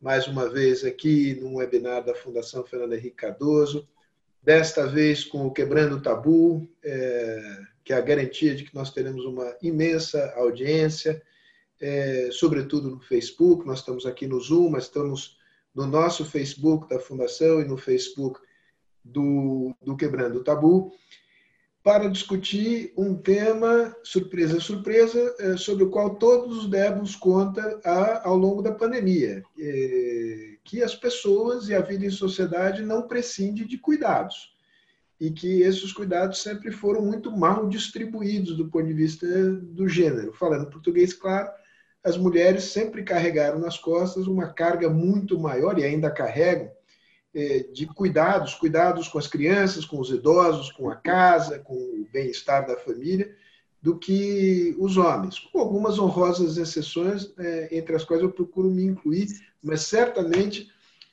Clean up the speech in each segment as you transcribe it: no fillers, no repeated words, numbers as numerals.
mais uma vez aqui num webinar da Fundação Fernando Henrique Cardoso, desta vez com o Quebrando o Tabu, que é a garantia de que nós teremos uma imensa audiência, sobretudo no Facebook. Nós estamos aqui no Zoom, mas estamos no nosso Facebook da Fundação e no Facebook do Quebrando o Tabu, para discutir um tema, surpresa, surpresa, sobre o qual todos demos conta ao longo da pandemia, que as pessoas e a vida em sociedade não prescindem de cuidados, e que esses cuidados sempre foram muito mal distribuídos do ponto de vista do gênero. Falando português, claro, as mulheres sempre carregaram nas costas uma carga muito maior, e ainda carregam, de cuidados com as crianças, com os idosos, com a casa, com o bem-estar da família, do que os homens, com algumas honrosas exceções, entre as quais eu procuro me incluir, mas certamente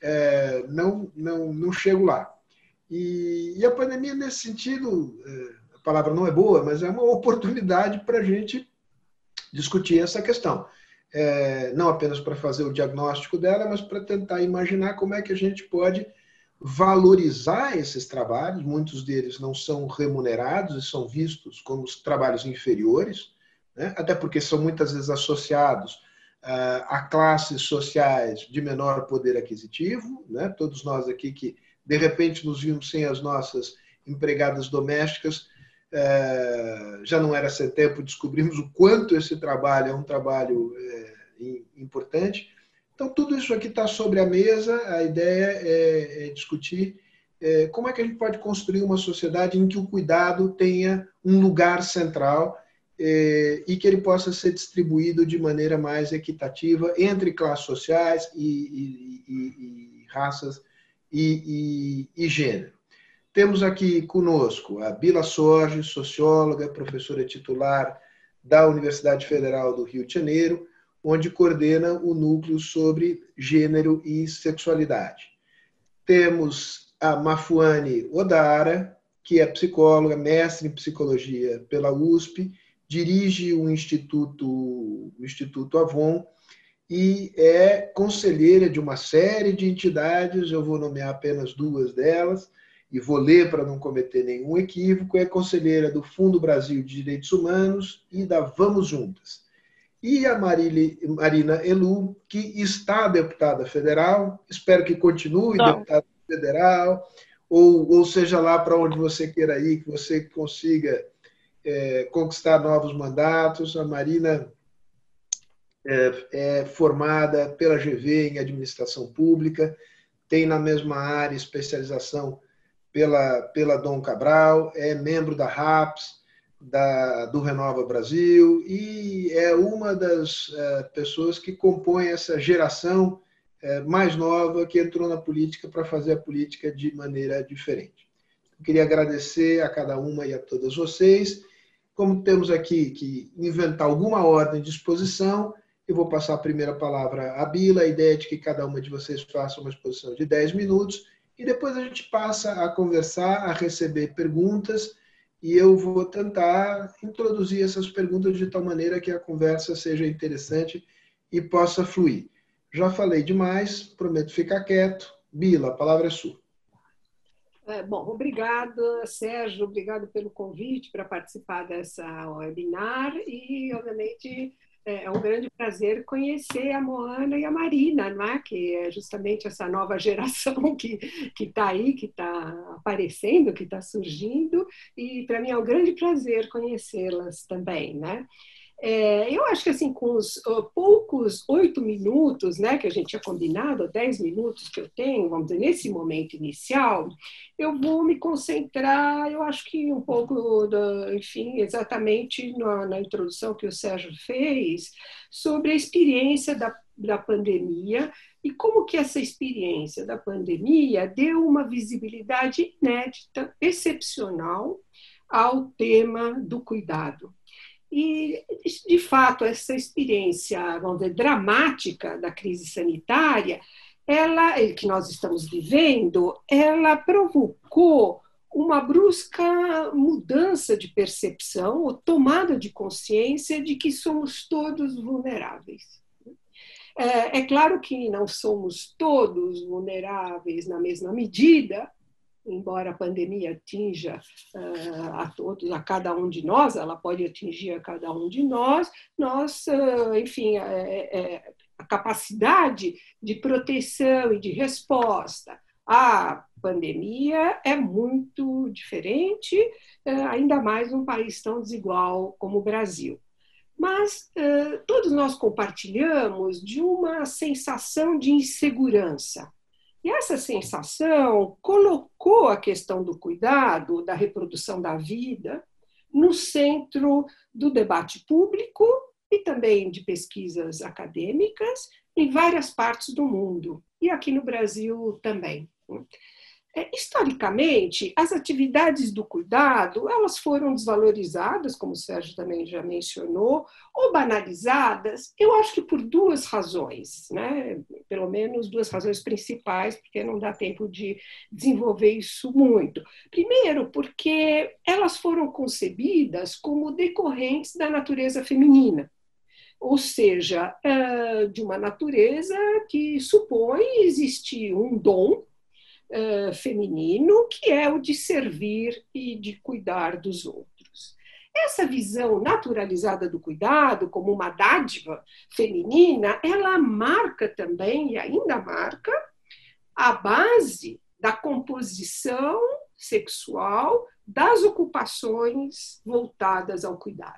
não chego lá. E a pandemia, nesse sentido, a palavra não é boa, mas é uma oportunidade para a gente discutir essa questão. Não apenas para fazer o diagnóstico dela, mas para tentar imaginar como é que a gente pode valorizar esses trabalhos. Muitos deles não são remunerados e são vistos como os trabalhos inferiores, né? Até porque são muitas vezes associados a classes sociais de menor poder aquisitivo, né? Todos nós aqui que, de repente, nos vimos sem as nossas empregadas domésticas, já não era sem tempo, descobrimos o quanto esse trabalho é um trabalho importante. Então, tudo isso aqui está sobre a mesa. A ideia é discutir como é que a gente pode construir uma sociedade em que o cuidado tenha um lugar central e que ele possa ser distribuído de maneira mais equitativa entre classes sociais e raças e gênero. Temos aqui conosco a Bila Sorge, socióloga, professora titular da Universidade Federal do Rio de Janeiro, onde coordena o núcleo sobre gênero e sexualidade. Temos a Mafuane Odara, que é psicóloga, mestre em psicologia pela USP, dirige o Instituto Avon e é conselheira de uma série de entidades. Eu vou nomear apenas duas delas, e vou ler para não cometer nenhum equívoco. É conselheira do Fundo Brasil de Direitos Humanos e da Vamos Juntas. E a Marina Elu, que está deputada federal, espero que continue deputada federal, ou seja lá para onde você queira ir, que você consiga conquistar novos mandatos. A Marina é formada pela GV em Administração Pública, tem na mesma área especialização pela Dom Cabral, é membro da RAPS, do Renova Brasil, e é uma das pessoas que compõem essa geração mais nova que entrou na política para fazer a política de maneira diferente. Eu queria agradecer a cada uma e a todas vocês. Como temos aqui que inventar alguma ordem de exposição, eu vou passar a primeira palavra à Bila. A ideia é de que cada uma de vocês faça uma exposição de 10 minutos, e depois a gente passa a conversar, a receber perguntas, e eu vou tentar introduzir essas perguntas de tal maneira que a conversa seja interessante e possa fluir. Já falei demais, prometo ficar quieto. Bila, a palavra é sua. Bom, obrigada, Sérgio, obrigado pelo convite para participar dessa webinar, e, obviamente, é um grande prazer conhecer a Moana e a Marina, não é? Que é justamente essa nova geração que está aí, que está aparecendo, que está surgindo, e para mim é um grande prazer conhecê-las também, né? Eu acho que assim, com os poucos 8 minutos, né, que a gente tinha combinado, 10 minutos que eu tenho, vamos dizer, nesse momento inicial, eu vou me concentrar, eu acho que um pouco, enfim, exatamente na introdução que o Sérgio fez, sobre a experiência da pandemia e como que essa experiência da pandemia deu uma visibilidade inédita, excepcional, ao tema do cuidado. E, de fato, essa experiência, vamos dizer, dramática da crise sanitária, que nós estamos vivendo, ela provocou uma brusca mudança de percepção ou tomada de consciência de que somos todos vulneráveis. É claro que não somos todos vulneráveis na mesma medida, embora a pandemia atinja a todos, a cada um de nós, ela pode atingir a cada um de nós, enfim, a capacidade de proteção e de resposta à pandemia é muito diferente, ainda mais num país tão desigual como o Brasil. Mas todos nós compartilhamos de uma sensação de insegurança. E essa sensação colocou a questão do cuidado, da reprodução da vida, no centro do debate público e também de pesquisas acadêmicas em várias partes do mundo, e aqui no Brasil também. Historicamente, as atividades do cuidado, elas foram desvalorizadas, como o Sérgio também já mencionou, ou banalizadas, eu acho que por duas razões, né? Pelo menos duas razões principais, porque não dá tempo de desenvolver isso muito. Primeiro, porque elas foram concebidas como decorrentes da natureza feminina, ou seja, de uma natureza que supõe existir um dom feminino, que é o de servir e de cuidar dos outros. Essa visão naturalizada do cuidado como uma dádiva feminina, ela marca também, e ainda marca, a base da composição sexual das ocupações voltadas ao cuidado.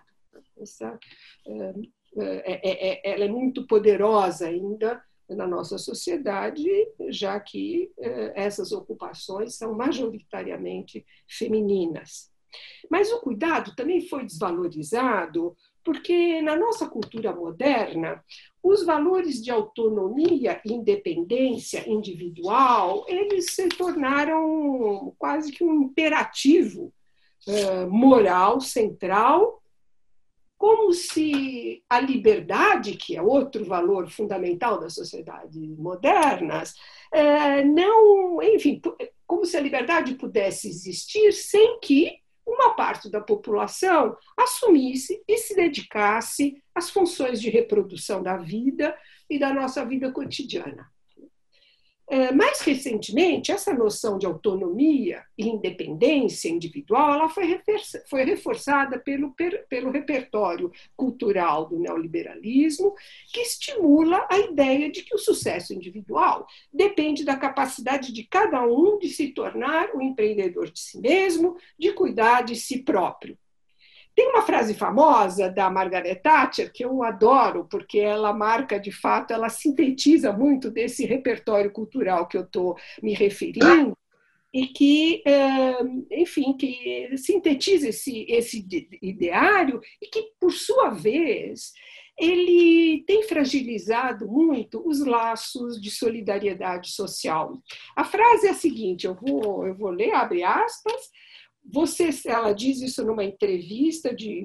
Ela é muito poderosa ainda na nossa sociedade, já que essas ocupações são majoritariamente femininas. Mas o cuidado também foi desvalorizado porque, na nossa cultura moderna, os valores de autonomia e independência individual, eles se tornaram quase que um imperativo moral central, como se a liberdade, que é outro valor fundamental das sociedades modernas, não, enfim, como se a liberdade pudesse existir sem que uma parte da população assumisse e se dedicasse às funções de reprodução da vida e da nossa vida cotidiana. Mais recentemente, essa noção de autonomia e independência individual ela foi reforçada pelo repertório cultural do neoliberalismo, que estimula a ideia de que o sucesso individual depende da capacidade de cada um de se tornar um empreendedor de si mesmo, de cuidar de si próprio. Tem uma frase famosa da Margaret Thatcher que eu adoro, porque ela marca, de fato, ela sintetiza muito desse repertório cultural que eu estou me referindo e que, enfim, que sintetiza esse ideário e que, por sua vez, ele tem fragilizado muito os laços de solidariedade social. A frase é a seguinte, eu vou ler, abre aspas, ela diz isso numa entrevista de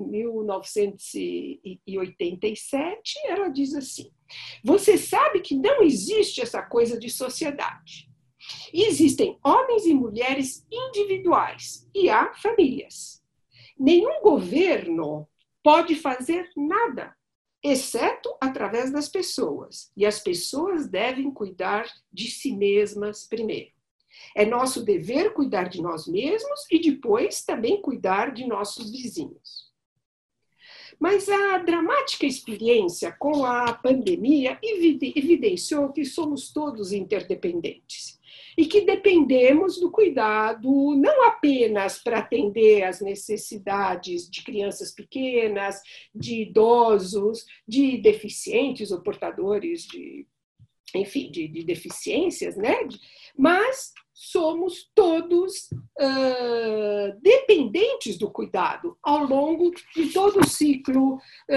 1987, ela diz assim, você sabe que não existe essa coisa de sociedade. Existem homens e mulheres individuais e há famílias. Nenhum governo pode fazer nada, exceto através das pessoas. E as pessoas devem cuidar de si mesmas primeiro. É nosso dever cuidar de nós mesmos e depois também cuidar de nossos vizinhos. Mas a dramática experiência com a pandemia evidenciou que somos todos interdependentes e que dependemos do cuidado não apenas para atender às necessidades de crianças pequenas, de idosos, de deficientes ou portadores de deficiências, né? Mas somos todos dependentes do cuidado ao longo de todo o ciclo,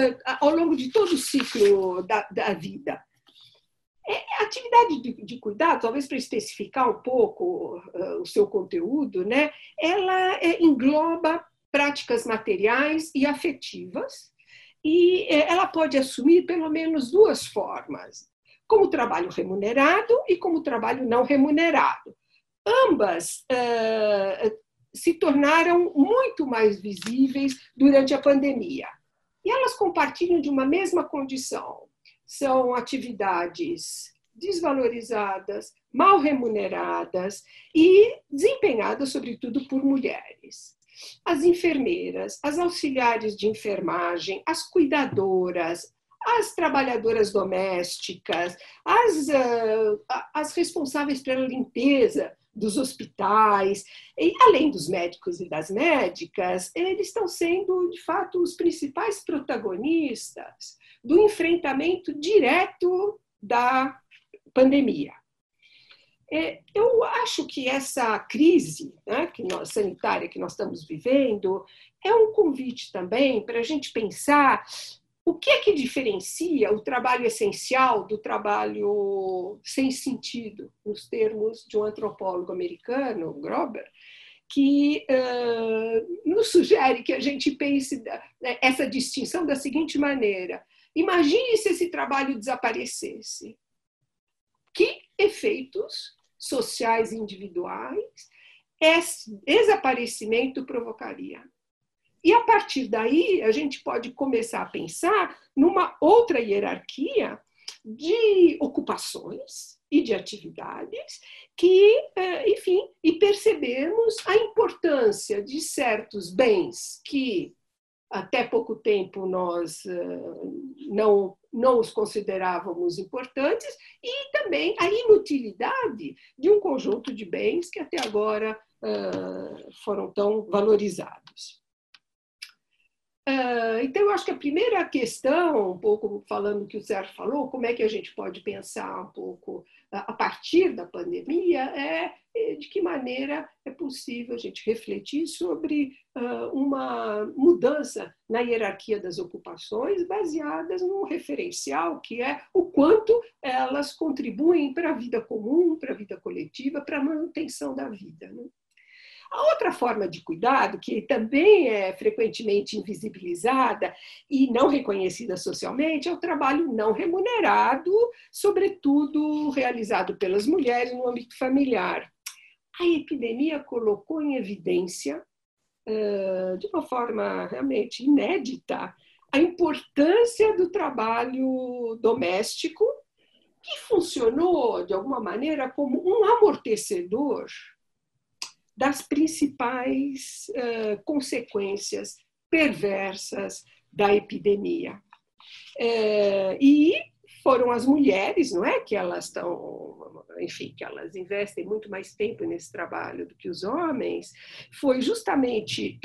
da vida. A atividade de cuidado, talvez para especificar um pouco o seu conteúdo, né? Ela engloba práticas materiais e afetivas e ela pode assumir pelo menos duas formas, como trabalho remunerado e como trabalho não remunerado. Ambas se tornaram muito mais visíveis durante a pandemia. E elas compartilham de uma mesma condição, são atividades desvalorizadas, mal remuneradas e desempenhadas, sobretudo, por mulheres. As enfermeiras, as auxiliares de enfermagem, as cuidadoras, as trabalhadoras domésticas, as responsáveis pela limpeza dos hospitais, e além dos médicos e das médicas, eles estão sendo, de fato, os principais protagonistas do enfrentamento direto da pandemia. Eu acho que essa crise, né, sanitária que nós estamos vivendo é um convite também para a gente pensar o que é que diferencia o trabalho essencial do trabalho sem sentido, nos termos de um antropólogo americano, Grober, que nos sugere que a gente pense essa distinção da seguinte maneira: imagine se esse trabalho desaparecesse. Que efeitos sociais individuais esse desaparecimento provocaria? E, a partir daí, a gente pode começar a pensar numa outra hierarquia de ocupações e de atividades que, enfim, e percebermos a importância de certos bens que até pouco tempo nós não os considerávamos importantes, e também a inutilidade de um conjunto de bens que até agora foram tão valorizados. Então, eu acho que a primeira questão, um pouco falando o que o Sérgio falou, como é que a gente pode pensar um pouco a partir da pandemia, é de que maneira é possível a gente refletir sobre uma mudança na hierarquia das ocupações baseadas num referencial que é o quanto elas contribuem para a vida comum, para a vida coletiva, para a manutenção da vida, né? A outra forma de cuidado, que também é frequentemente invisibilizada e não reconhecida socialmente, é o trabalho não remunerado, sobretudo realizado pelas mulheres no âmbito familiar. A epidemia colocou em evidência, de uma forma realmente inédita, a importância do trabalho doméstico, que funcionou, de alguma maneira, como um amortecedor das principais consequências perversas da epidemia. E foram as mulheres, não é, que elas estão, enfim, que elas investem muito mais tempo nesse trabalho do que os homens. Foi justamente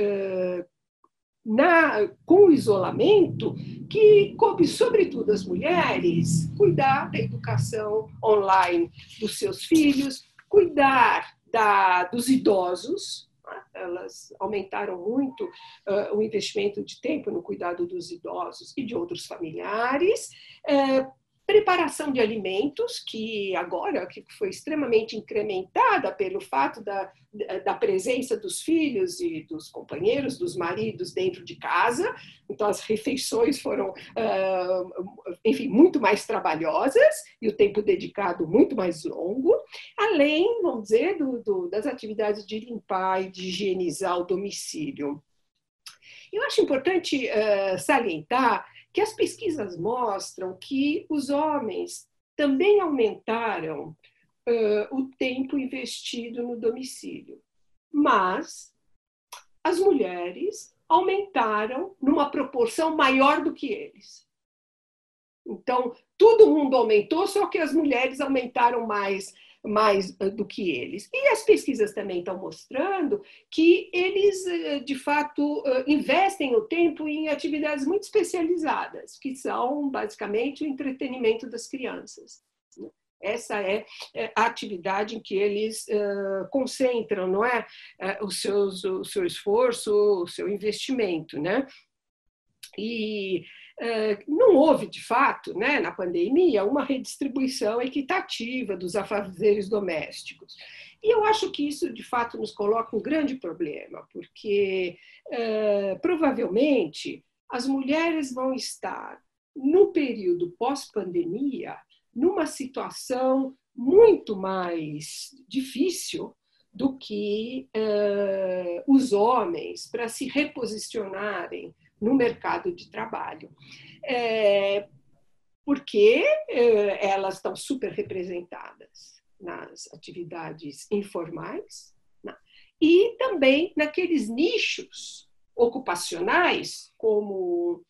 com o isolamento que coube, sobretudo, às mulheres cuidar da educação online dos seus filhos, cuidar dos idosos. Elas aumentaram muito o investimento de tempo no cuidado dos idosos e de outros familiares, preparação de alimentos, que agora que foi extremamente incrementada pelo fato da presença dos filhos e dos companheiros, dos maridos dentro de casa. Então, as refeições foram, enfim, muito mais trabalhosas e o tempo dedicado muito mais longo, além, vamos dizer, das atividades de limpar e de higienizar o domicílio. Eu acho importante salientar que as pesquisas mostram que os homens também aumentaram o tempo investido no domicílio, mas as mulheres aumentaram numa proporção maior do que eles. Então, todo mundo aumentou, só que as mulheres aumentaram mais do que eles. E as pesquisas também estão mostrando que eles, de fato, investem o tempo em atividades muito especializadas, que são, basicamente, o entretenimento das crianças. Essa é a atividade em que eles concentram, não é, o seu esforço, o seu investimento, né? E não houve, de fato, né, na pandemia, uma redistribuição equitativa dos afazeres domésticos. E eu acho que isso, de fato, nos coloca um grande problema, porque provavelmente as mulheres vão estar, no período pós-pandemia, numa situação muito mais difícil do que os homens para se reposicionarem no mercado de trabalho. porque elas estão super representadas nas atividades informais, né? E também naqueles nichos ocupacionais, como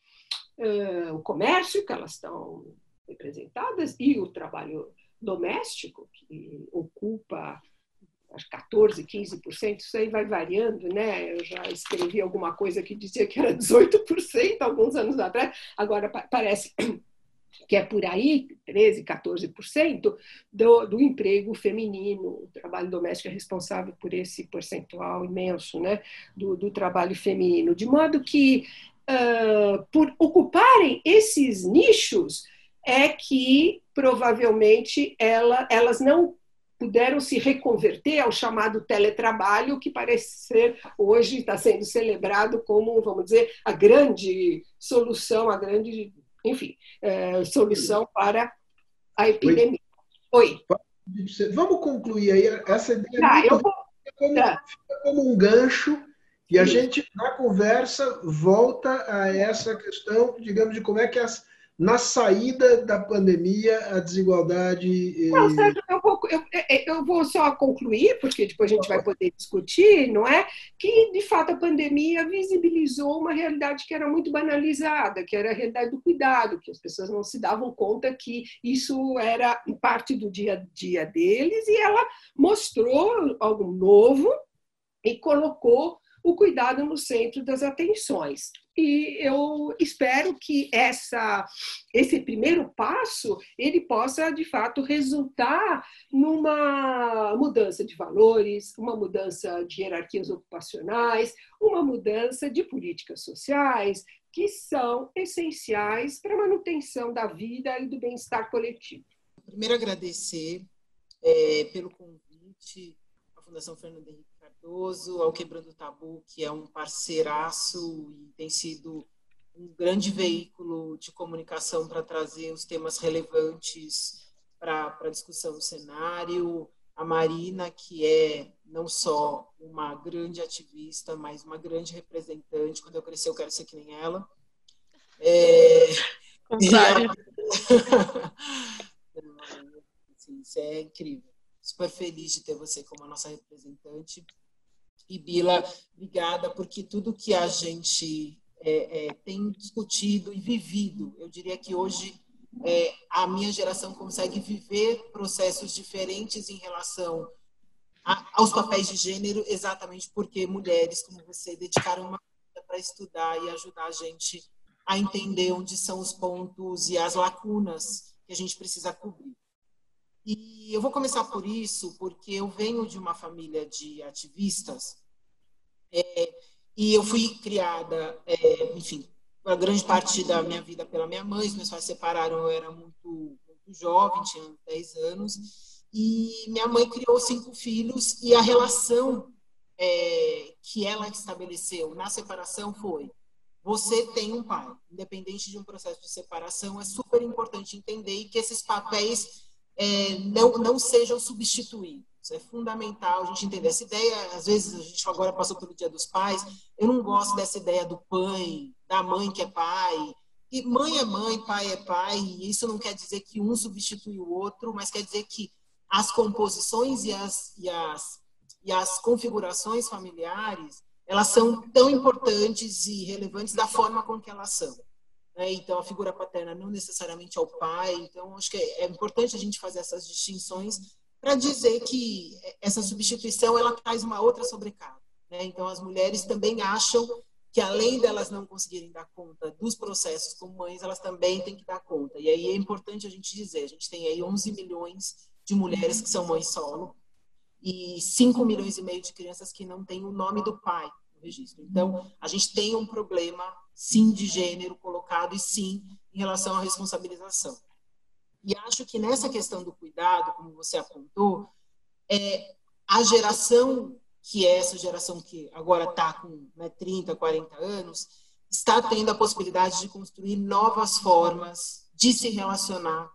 o comércio, que elas estão representadas, e o trabalho doméstico, que ocupa acho 14%, 15%, isso aí vai variando, né? Eu já escrevi alguma coisa que dizia que era 18% alguns anos atrás, agora parece que é por aí, 13%, 14% do emprego feminino. O trabalho doméstico é responsável por esse percentual imenso, né, do trabalho feminino. De modo que, por ocuparem esses nichos, é que provavelmente elas não puderam se reconverter ao chamado teletrabalho, que parece ser, hoje está sendo celebrado como, vamos dizer, a grande solução, a grande, enfim, solução para a epidemia. Oi. Vamos concluir aí essa ideia. Fica como um gancho e a gente, na conversa, volta a essa questão, digamos, de como é que na saída da pandemia a desigualdade... Não, Sérgio, eu vou só concluir, porque depois a gente vai poder discutir, não é? Que, de fato, a pandemia visibilizou uma realidade que era muito banalizada, que era a realidade do cuidado, que as pessoas não se davam conta que isso era parte do dia a dia deles, e ela mostrou algo novo e colocou o cuidado no centro das atenções. E eu espero que esse primeiro passo ele possa, de fato, resultar numa mudança de valores, uma mudança de hierarquias ocupacionais, uma mudança de políticas sociais, que são essenciais para a manutenção da vida e do bem-estar coletivo. Primeiro, agradecer pelo convite à Fundação Fernando Henrique Cardoso, ao Quebrando o Tabu, que é um parceiraço e tem sido um grande veículo de comunicação para trazer os temas relevantes para a discussão no cenário. A Marina, que é não só uma grande ativista, mas uma grande representante. Quando eu crescer, eu quero ser que nem ela. Isso é incrível. Super feliz de ter você como a nossa representante. E, Bila, obrigada, porque tudo que a gente tem discutido e vivido, eu diria que hoje a minha geração consegue viver processos diferentes em relação aos papéis de gênero, exatamente porque mulheres como você dedicaram uma vida para estudar e ajudar a gente a entender onde são os pontos e as lacunas que a gente precisa cobrir. E eu vou começar por isso, porque eu venho de uma família de ativistas e eu fui criada, enfim, a grande parte da minha vida pela minha mãe. Os meus pais se separaram, eu era muito jovem, tinha 10 anos, e minha mãe criou 5 filhos, e a relação que ela estabeleceu na separação foi: você tem um pai, independente de um processo de separação, é super importante entender que esses papéis não sejam substituídos. É fundamental a gente entender essa ideia. Às vezes, a gente agora passou pelo Dia dos Pais, eu não gosto dessa ideia do pai, da mãe que é pai. E mãe é mãe, pai é pai, e isso não quer dizer que um substitui o outro, mas quer dizer que as composições e as configurações familiares, elas são tão importantes e relevantes da forma com que elas são. Então, a figura paterna não necessariamente é o pai. Então, acho que é importante a gente fazer essas distinções para dizer que essa substituição ela traz uma outra sobrecarga. Então, as mulheres também acham que, além delas não conseguirem dar conta dos processos como mães, elas também têm que dar conta. E aí é importante a gente dizer, a gente tem aí 11 milhões de mulheres que são mães solo e 5,5 milhões de crianças que não têm o nome do pai no registro. Então, a gente tem um problema, sim, de gênero colocado e, sim, em relação à responsabilização. E acho que nessa questão do cuidado, como você apontou, a geração, que é essa geração que agora está com 30, 40 anos, está tendo a possibilidade de construir novas formas de se relacionar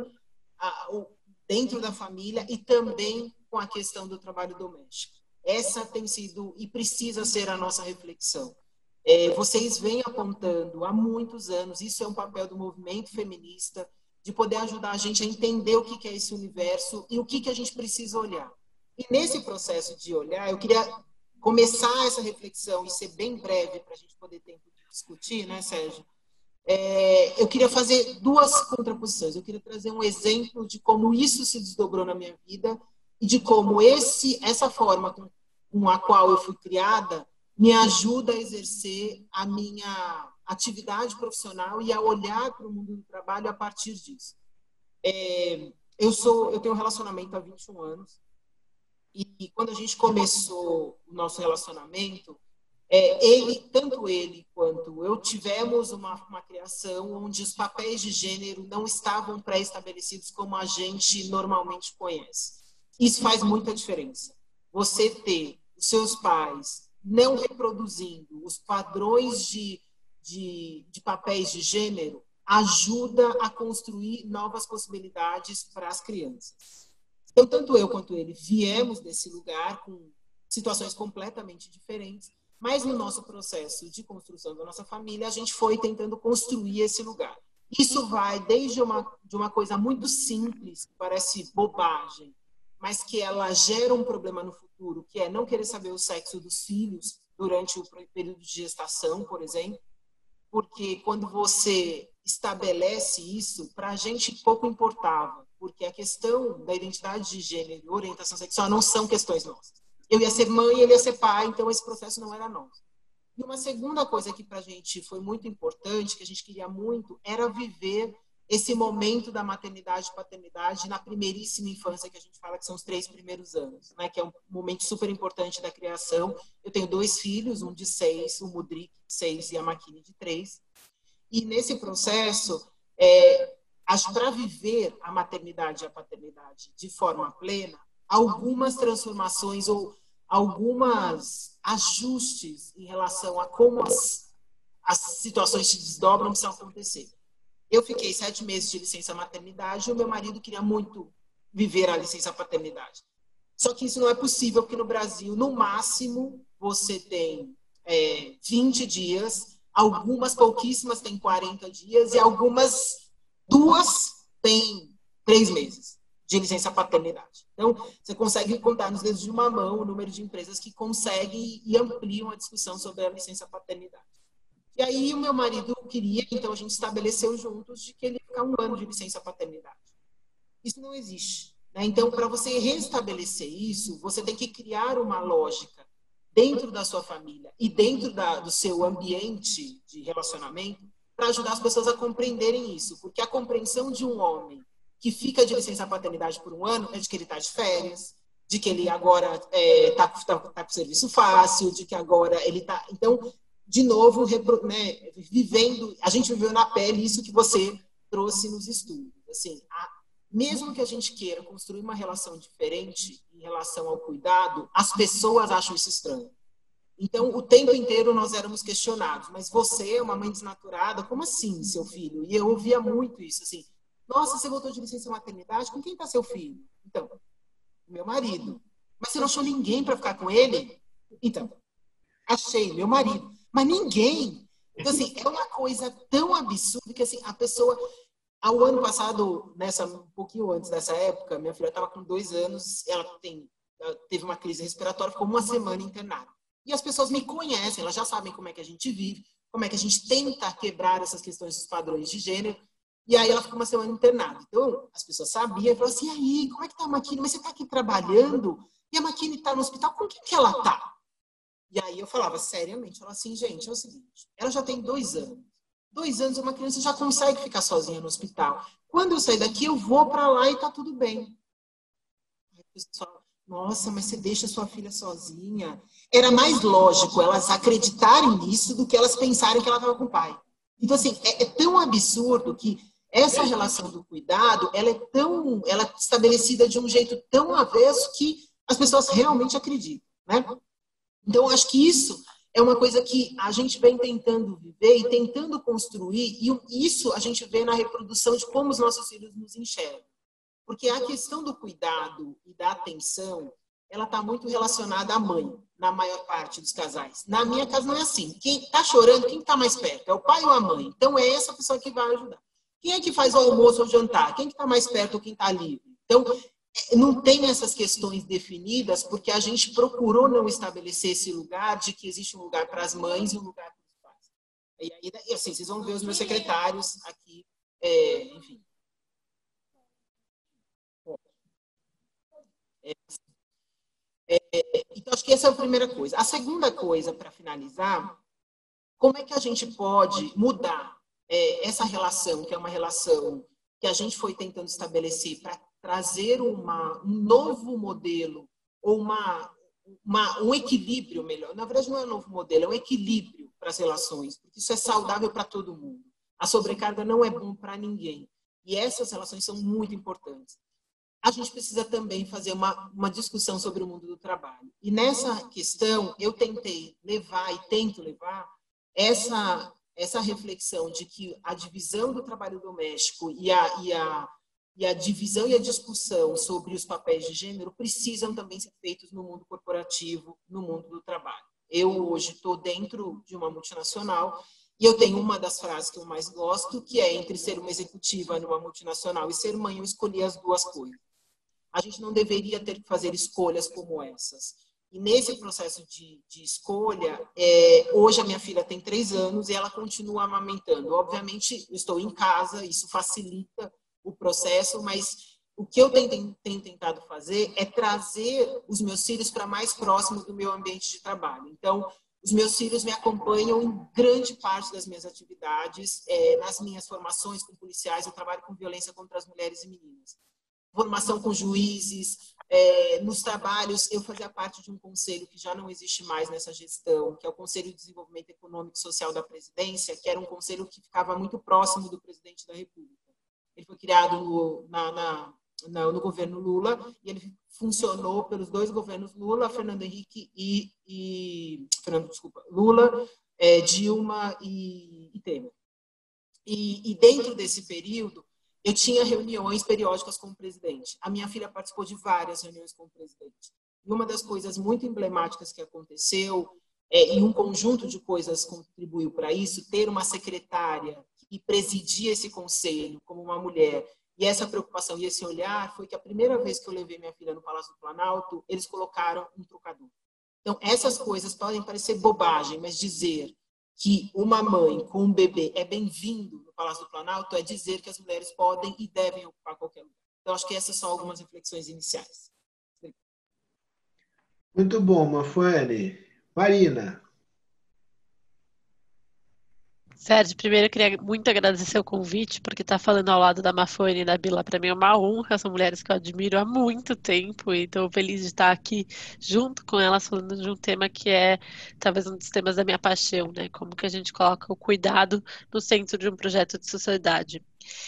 dentro da família e também com a questão do trabalho doméstico. Essa tem sido e precisa ser a nossa reflexão. Vocês vêm apontando há muitos anos, isso é um papel do movimento feminista, de poder ajudar a gente a entender o que é esse universo e o que a gente precisa olhar. E nesse processo de olhar, eu queria começar essa reflexão e ser bem breve para a gente poder ter tempo de discutir, né, Sérgio? Eu queria fazer duas contraposições. Eu queria trazer um exemplo de como isso se desdobrou na minha vida e de como essa forma com a qual eu fui criada me ajuda a exercer a minha atividade profissional e a olhar para o mundo do trabalho a partir disso. Eu tenho um relacionamento há 21 anos e quando a gente começou o nosso relacionamento, tanto ele quanto eu tivemos uma criação onde os papéis de gênero não estavam pré-estabelecidos como a gente normalmente conhece. Isso faz muita diferença. Você ter os seus pais não reproduzindo os padrões de papéis de gênero ajuda a construir novas possibilidades para as crianças. Então, tanto eu quanto ele viemos desse lugar com situações completamente diferentes, mas no nosso processo de construção da nossa família, a gente foi tentando construir esse lugar. Isso vai desde uma coisa muito simples, que parece bobagem, mas que ela gera um problema no futuro, que é não querer saber o sexo dos filhos durante o período de gestação, por exemplo, porque quando você estabelece isso, para a gente pouco importava, porque a questão da identidade de gênero e orientação sexual não são questões nossas. Eu ia ser mãe, ele ia ser pai, então esse processo não era nosso. E uma segunda coisa que para a gente foi muito importante, que a gente queria muito, era viver esse momento da maternidade e paternidade na primeiríssima infância, que a gente fala que são os 3 primeiros anos, né? Que é um momento super importante da criação. Eu tenho 2 filhos, um de 6, o Mudrik de 6 e a Makini de 3. E nesse processo, para viver a maternidade e a paternidade de forma plena, algumas transformações ou algumas ajustes em relação a como as situações se desdobram precisam acontecer. Eu fiquei 7 meses de licença maternidade e o meu marido queria muito viver a licença paternidade. Só que isso não é possível, porque no Brasil, no máximo, você tem 20 dias, algumas pouquíssimas têm 40 dias e algumas 2 têm 3 meses de licença paternidade. Então, você consegue contar nos dedos de uma mão o número de empresas que conseguem e ampliam a discussão sobre a licença paternidade. E aí o meu marido queria, então a gente estabeleceu juntos de que ele ia ficar 1 ano de licença paternidade. Isso não existe, né? Então, para você restabelecer isso, você tem que criar uma lógica dentro da sua família e dentro do seu ambiente de relacionamento para ajudar as pessoas a compreenderem isso. Porque a compreensão de um homem que fica de licença paternidade por 1 ano é de que ele está de férias, de que ele agora está com serviço fácil, de que agora ele está... Então, de novo, né, a gente viveu na pele isso que você trouxe nos estudos. Assim, mesmo que a gente queira construir uma relação diferente em relação ao cuidado, as pessoas acham isso estranho. Então, o tempo inteiro nós éramos questionados. Mas você é uma mãe desnaturada? Como assim, seu filho? E eu ouvia muito isso, assim. Nossa, você voltou de licença maternidade? Com quem está seu filho? Então, meu marido. Mas você não achou ninguém para ficar com ele? Então, achei, meu marido. Mas ninguém. Então, assim, é uma coisa tão absurda que, assim, a pessoa... Ao ano passado, um pouquinho antes dessa época, minha filha estava com 2 anos, ela teve uma crise respiratória, ficou 1 semana internada. E as pessoas me conhecem, elas já sabem como é que a gente vive, como é que a gente tenta quebrar essas questões dos padrões de gênero. E aí ela ficou 1 semana internada. Então, as pessoas sabiam, e falaram assim, e aí, como é que tá a Makini? Mas você está aqui trabalhando? E a Makini está no hospital, com quem que ela está? E aí eu falava seriamente, eu falava assim, gente, é o seguinte, ela já tem 2 anos. 2 anos uma criança já consegue ficar sozinha no hospital. Quando eu sair daqui, eu vou para lá e tá tudo bem. Aí o pessoal, nossa, mas você deixa sua filha sozinha. Era mais lógico elas acreditarem nisso do que elas pensarem que ela estava com o pai. Então, assim, é tão absurdo que essa relação do cuidado, ela é estabelecida de um jeito tão avesso que as pessoas realmente acreditam, né? Então, eu acho que isso é uma coisa que a gente vem tentando viver e tentando construir, e isso a gente vê na reprodução de como os nossos filhos nos enxergam. Porque a questão do cuidado e da atenção, ela está muito relacionada à mãe, na maior parte dos casais. Na minha casa não é assim. Quem está chorando, quem está mais perto? É o pai ou a mãe? Então, é essa pessoa que vai ajudar. Quem é que faz o almoço ou o jantar? Quem que está mais perto ou quem está livre? Então, não tem essas questões definidas porque a gente procurou não estabelecer esse lugar de que existe um lugar para as mães e um lugar para os pais. E assim, vocês vão ver os meus secretários aqui, enfim. Então, acho que essa é a primeira coisa. A segunda coisa, para finalizar, como é que a gente pode mudar essa relação, que é uma relação que a gente foi tentando estabelecer para trazer um novo modelo, ou um equilíbrio melhor. Na verdade, não é um novo modelo, é um equilíbrio para as relações, porque isso é saudável para todo mundo. A sobrecarga não é bom para ninguém. E essas relações são muito importantes. A gente precisa também fazer uma discussão sobre o mundo do trabalho. E nessa questão, eu tentei levar e tento levar essa reflexão de que a divisão do trabalho doméstico e a divisão e a discussão sobre os papéis de gênero precisam também ser feitos no mundo corporativo, no mundo do trabalho. Eu hoje estou dentro de uma multinacional e eu tenho uma das frases que eu mais gosto, que é: entre ser uma executiva numa multinacional e ser mãe, eu escolhi as duas coisas. A gente não deveria ter que fazer escolhas como essas. E nesse processo de escolha, hoje a minha filha tem 3 anos e ela continua amamentando. Obviamente, eu estou em casa, isso facilita o processo, mas o que eu tenho tentado fazer é trazer os meus filhos para mais próximo do meu ambiente de trabalho. Então, os meus filhos me acompanham em grande parte das minhas atividades, nas minhas formações com policiais, eu trabalho com violência contra as mulheres e meninas. Formação com juízes, nos trabalhos, eu fazia parte de um conselho que já não existe mais nessa gestão, que é o Conselho de Desenvolvimento Econômico e Social da Presidência, que era um conselho que ficava muito próximo do presidente da República. Ele foi criado no governo Lula e ele funcionou pelos 2 governos Lula, Fernando Henrique Lula, Dilma e Temer. E dentro desse período, eu tinha reuniões periódicas com o presidente. A minha filha participou de várias reuniões com o presidente. E uma das coisas muito emblemáticas que aconteceu, e um conjunto de coisas contribuiu para isso, ter uma secretária que presidia esse conselho como uma mulher. E essa preocupação e esse olhar foi que a primeira vez que eu levei minha filha no Palácio do Planalto, eles colocaram um trocador. Então, essas coisas podem parecer bobagem, mas dizer que uma mãe com um bebê é bem-vindo no Palácio do Planalto é dizer que as mulheres podem e devem ocupar qualquer lugar. Então, acho que essas são algumas reflexões iniciais. Muito bom, Mafane. Marina. Sérgio, primeiro eu queria muito agradecer o convite, porque estar falando ao lado da Mafone e da Bila para mim é uma honra, são mulheres que eu admiro há muito tempo e estou feliz de estar aqui junto com elas falando de um tema que é talvez um dos temas da minha paixão, né? Como que a gente coloca o cuidado no centro de um projeto de sociedade.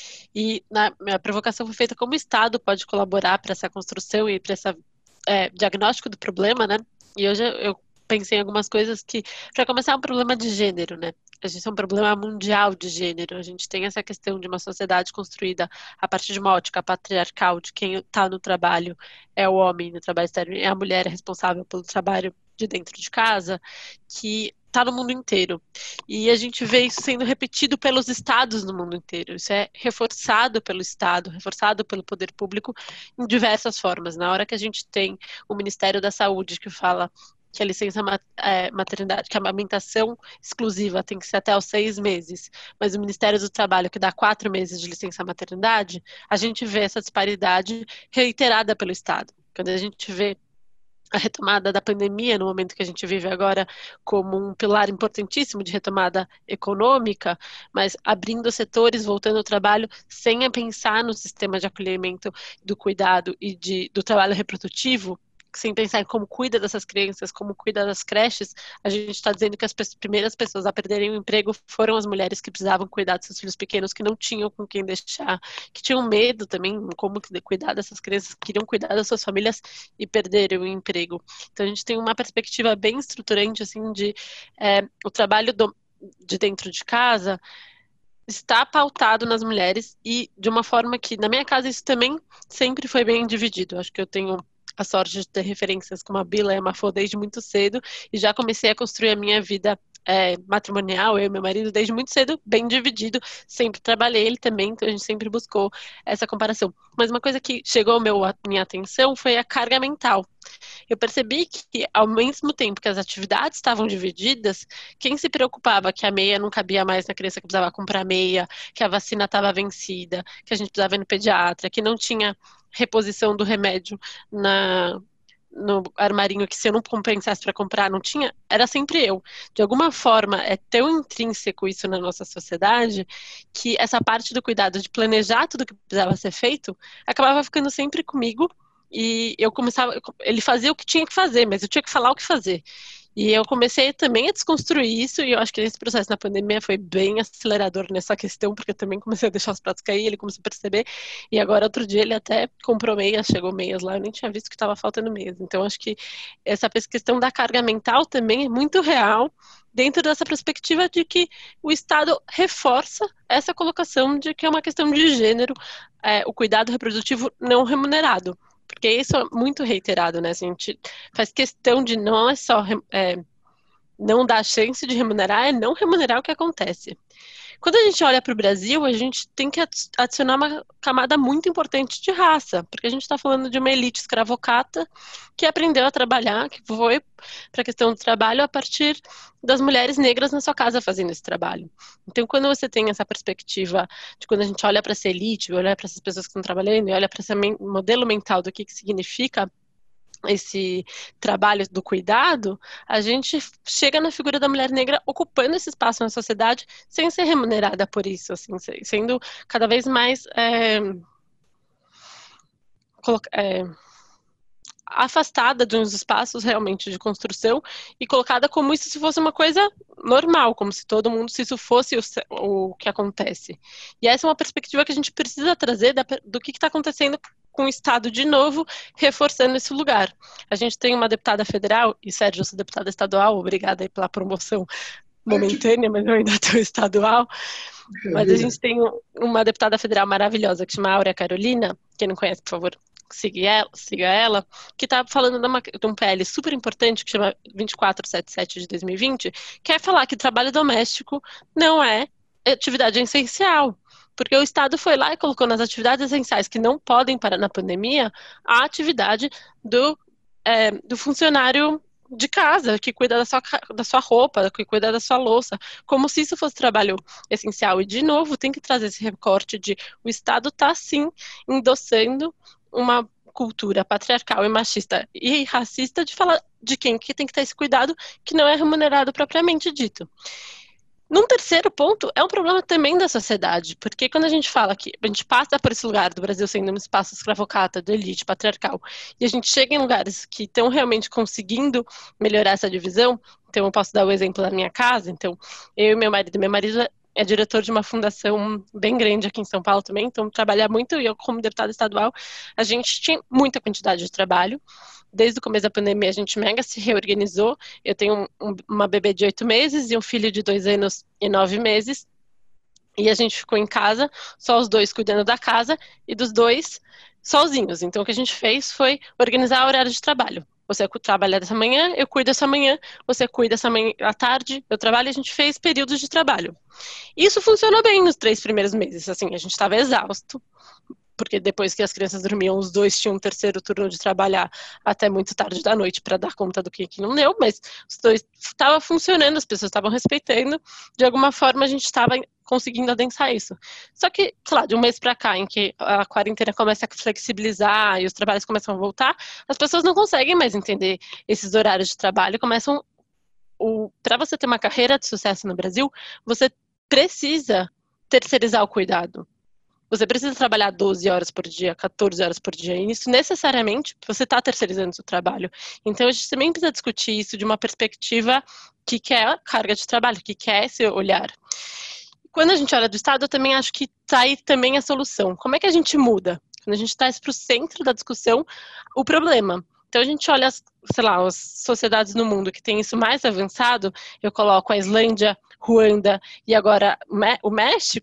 E minha provocação foi feita como o Estado pode colaborar para essa construção e para esse diagnóstico do problema, né? E hoje eu pensei em algumas coisas que, para começar, é um problema de gênero, né? A gente tem um problema mundial de gênero. A gente tem essa questão de uma sociedade construída a partir de uma ótica patriarcal, de quem está no trabalho é o homem, no trabalho externo, é a mulher responsável pelo trabalho de dentro de casa, que está no mundo inteiro. E a gente vê isso sendo repetido pelos estados no mundo inteiro. Isso é reforçado pelo Estado, reforçado pelo poder público em diversas formas. Na hora que a gente tem o Ministério da Saúde que fala que a licença maternidade, que a amamentação exclusiva tem que ser até aos 6 meses, mas o Ministério do Trabalho que dá 4 meses de licença maternidade, a gente vê essa disparidade reiterada pelo Estado. Quando a gente vê a retomada da pandemia, no momento que a gente vive agora, como um pilar importantíssimo de retomada econômica, mas abrindo setores, voltando ao trabalho, sem pensar no sistema de acolhimento do cuidado e do trabalho reprodutivo, sem pensar em como cuida dessas crianças, como cuida das creches, a gente está dizendo que as primeiras pessoas a perderem o emprego foram as mulheres que precisavam cuidar de seus filhos pequenos, que não tinham com quem deixar, que tinham medo também, como cuidar dessas crianças, queriam cuidar das suas famílias e perderam o emprego. Então a gente tem uma perspectiva bem estruturante, assim, de o trabalho de dentro de casa está pautado nas mulheres e de uma forma que, na minha casa, isso também sempre foi bem dividido. Acho que eu tenho a sorte de ter referências como a Bila e a Mafô desde muito cedo e já comecei a construir a minha vida matrimonial, eu e meu marido, desde muito cedo, bem dividido, sempre trabalhei, ele também, então a gente sempre buscou essa comparação. Mas uma coisa que chegou à minha atenção foi a carga mental. Eu percebi que, ao mesmo tempo que as atividades estavam divididas, quem se preocupava que a meia não cabia mais na criança que precisava comprar meia, que a vacina estava vencida, que a gente precisava ir no pediatra, que não tinha reposição do remédio no armarinho, que se eu não compensasse para comprar, não tinha, era sempre eu. De alguma forma, é tão intrínseco isso na nossa sociedade, que essa parte do cuidado de planejar tudo que precisava ser feito, acabava ficando sempre comigo, e ele fazia o que tinha que fazer, mas eu tinha que falar o que fazer. E eu comecei também a desconstruir isso, e eu acho que esse processo na pandemia foi bem acelerador nessa questão, porque eu também comecei a deixar os pratos cair, ele começou a perceber, e agora outro dia ele até comprou meias, chegou meias lá, eu nem tinha visto que estava faltando meias. Então acho que essa questão da carga mental também é muito real, dentro dessa perspectiva de que o Estado reforça essa colocação de que é uma questão de gênero, o cuidado reprodutivo não remunerado. Porque isso é muito reiterado, né? A gente faz questão de não é só não dar chance de remunerar, é não remunerar o que acontece. Quando a gente olha para o Brasil, a gente tem que adicionar uma camada muito importante de raça, porque a gente está falando de uma elite escravocrata que aprendeu a trabalhar, que foi para a questão do trabalho a partir das mulheres negras na sua casa fazendo esse trabalho. Então, quando você tem essa perspectiva de quando a gente olha para essa elite, olha para essas pessoas que estão trabalhando, e olha para esse modelo mental do que significa esse trabalho do cuidado, a gente chega na figura da mulher negra ocupando esse espaço na sociedade sem ser remunerada por isso, assim, sendo cada vez mais afastada de uns espaços realmente de construção e colocada como se fosse uma coisa normal, como se todo mundo, se isso fosse o que acontece. E essa é uma perspectiva que a gente precisa trazer do que está acontecendo com o Estado de novo, reforçando esse lugar. A gente tem uma deputada federal, e Sérgio, eu sou deputada estadual, obrigada aí pela promoção momentânea, mas eu ainda estou estadual. Mas a gente tem uma deputada federal maravilhosa que chama Áurea Carolina, quem não conhece, por favor, siga ela, que está falando de um PL super importante que chama 2477 de 2020, que é falar que trabalho doméstico não é atividade essencial. Porque o Estado foi lá e colocou nas atividades essenciais que não podem parar na pandemia a atividade do funcionário de casa, que cuida da sua roupa, que cuida da sua louça, como se isso fosse trabalho essencial. E, de novo, tem que trazer esse recorte de o Estado está, sim, endossando uma cultura patriarcal e machista e racista de falar de quem que tem que ter esse cuidado que não é remunerado propriamente dito. Num terceiro ponto, é um problema também da sociedade, porque quando a gente fala que a gente passa por esse lugar do Brasil sendo um espaço escravocrata, de elite, patriarcal, e a gente chega em lugares que estão realmente conseguindo melhorar essa divisão, então eu posso dar o exemplo da minha casa, então eu e meu marido é diretor de uma fundação bem grande aqui em São Paulo também, então trabalhar muito, e eu como deputada estadual, a gente tinha muita quantidade de trabalho. Desde o começo da pandemia, a gente mega se reorganizou. Eu tenho uma bebê de 8 meses e um filho de 2 anos e 9 meses. E a gente ficou em casa, só os dois cuidando da casa e dos dois sozinhos. Então, o que a gente fez foi organizar o horário de trabalho. Você trabalha dessa manhã, eu cuido essa manhã. Você cuida essa manhã à tarde, eu trabalho. A gente fez períodos de trabalho. Isso funcionou bem nos 3 primeiros meses. Assim, a gente estava exausto, porque depois que as crianças dormiam, os dois tinham um terceiro turno de trabalhar até muito tarde da noite para dar conta do que não deu, mas os dois estava funcionando, as pessoas estavam respeitando, de alguma forma a gente estava conseguindo adensar isso. Só que, sei lá, de um mês para cá, em que a quarentena começa a flexibilizar e os trabalhos começam a voltar, as pessoas não conseguem mais entender esses horários de trabalho, para você ter uma carreira de sucesso no Brasil, você precisa terceirizar o cuidado. Você precisa trabalhar 12 horas por dia, 14 horas por dia, e isso necessariamente você está terceirizando o seu trabalho. Então a gente também precisa discutir isso de uma perspectiva que quer a carga de trabalho, que quer esse olhar. Quando a gente olha do Estado, eu também acho que está aí também a solução. Como é que a gente muda? Quando a gente traz para o centro da discussão o problema. Então a gente olha, sei lá, as sociedades no mundo que tem isso mais avançado, eu coloco a Islândia, Ruanda e agora o México.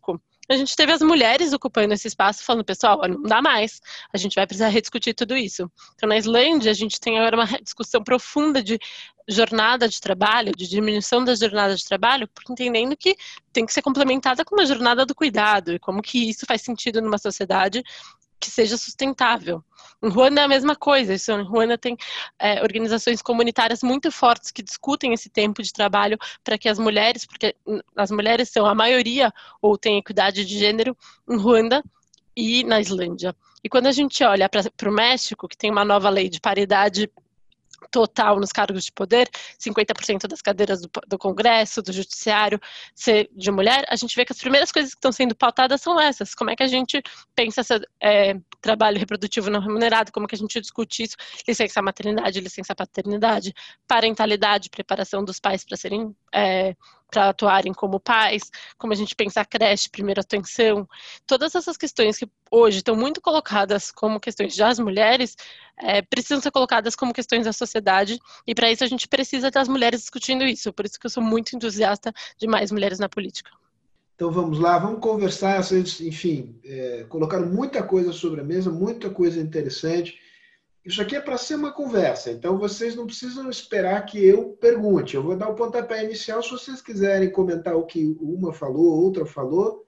a gente teve as mulheres ocupando esse espaço, falando, pessoal, não dá mais, a gente vai precisar rediscutir tudo isso. Então, na Islândia, a gente tem agora uma discussão profunda de jornada de trabalho, de diminuição das jornadas de trabalho, porque entendendo que tem que ser complementada com uma jornada do cuidado, e como que isso faz sentido numa sociedade que seja sustentável. Em Ruanda é a mesma coisa. Em Ruanda tem organizações comunitárias muito fortes que discutem esse tempo de trabalho para que as mulheres, porque as mulheres são a maioria ou têm equidade de gênero em Ruanda e na Islândia. E quando a gente olha para o México, que tem uma nova lei de paridade total nos cargos de poder, 50% das cadeiras do Congresso, do Judiciário ser de mulher, a gente vê que as primeiras coisas que estão sendo pautadas são essas. Como é que a gente pensa trabalho reprodutivo não remunerado, como que a gente discute isso, licença maternidade, licença paternidade, parentalidade, preparação dos pais para serem para atuarem como pais, como a gente pensa a creche, primeira atenção, todas essas questões que hoje estão muito colocadas como questões das mulheres, precisam ser colocadas como questões da sociedade, e para isso a gente precisa das mulheres discutindo isso, por isso que eu sou muito entusiasta de mais mulheres na política. Então vamos lá, vamos conversar, vocês, enfim, colocaram muita coisa sobre a mesa, muita coisa interessante. Isso aqui é para ser uma conversa, então vocês não precisam esperar que eu pergunte. Eu vou dar o pontapé inicial, se vocês quiserem comentar o que uma falou, outra falou,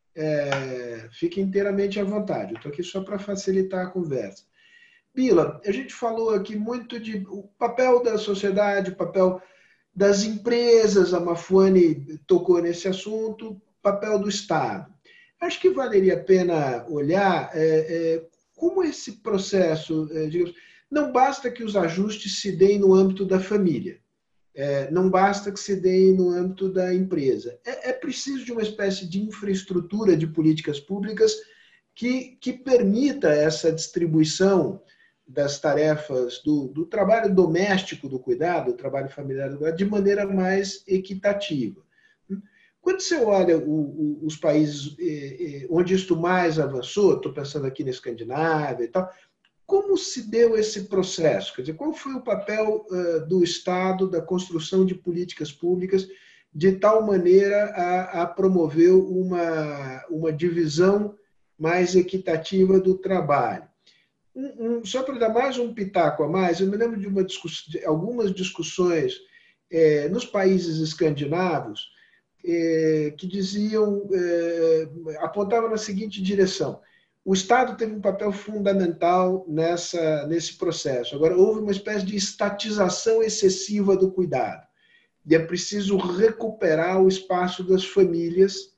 fiquem inteiramente à vontade. Eu estou aqui só para facilitar a conversa. Bila, a gente falou aqui muito de o papel da sociedade, o papel das empresas, a Mafone tocou nesse assunto, papel do Estado. Acho que valeria a pena olhar como esse processo, digamos, não basta que os ajustes se deem no âmbito da família, não basta que se deem no âmbito da empresa. É preciso de uma espécie de infraestrutura de políticas públicas que permita essa distribuição das tarefas do trabalho doméstico do cuidado, do trabalho familiar do cuidado, de maneira mais equitativa. Quando você olha os países onde isto mais avançou, estou pensando aqui na Escandinávia e tal, como se deu esse processo? Quer dizer, qual foi o papel do Estado, da construção de políticas públicas, de tal maneira a promover uma divisão mais equitativa do trabalho? Só para dar mais um pitaco a mais, eu me lembro de algumas discussões nos países escandinavos que diziam, apontavam na seguinte direção: o Estado teve um papel fundamental nesse processo. Agora, houve uma espécie de estatização excessiva do cuidado. E é preciso recuperar o espaço das famílias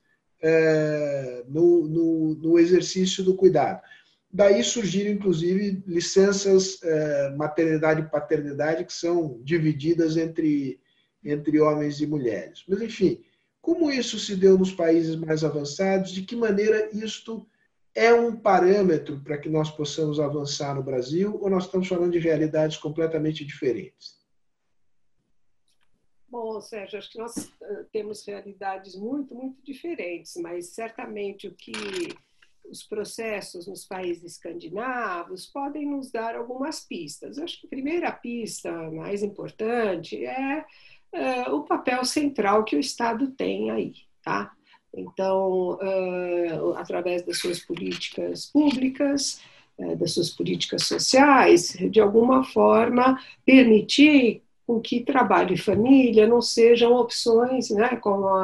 no exercício do cuidado. Daí surgiram, inclusive, licenças maternidade e paternidade que são divididas entre homens e mulheres. Mas, enfim, como isso se deu nos países mais avançados? De que maneira isto é um parâmetro para que nós possamos avançar no Brasil, ou nós estamos falando de realidades completamente diferentes? Bom, Sérgio, acho que nós temos realidades muito, muito diferentes, mas certamente o que os processos nos países escandinavos podem nos dar algumas pistas. Acho que a primeira pista mais importante é o papel central que o Estado tem aí, tá? Então, através das suas políticas públicas, das suas políticas sociais, de alguma forma permitir com que trabalho e família não sejam opções, né,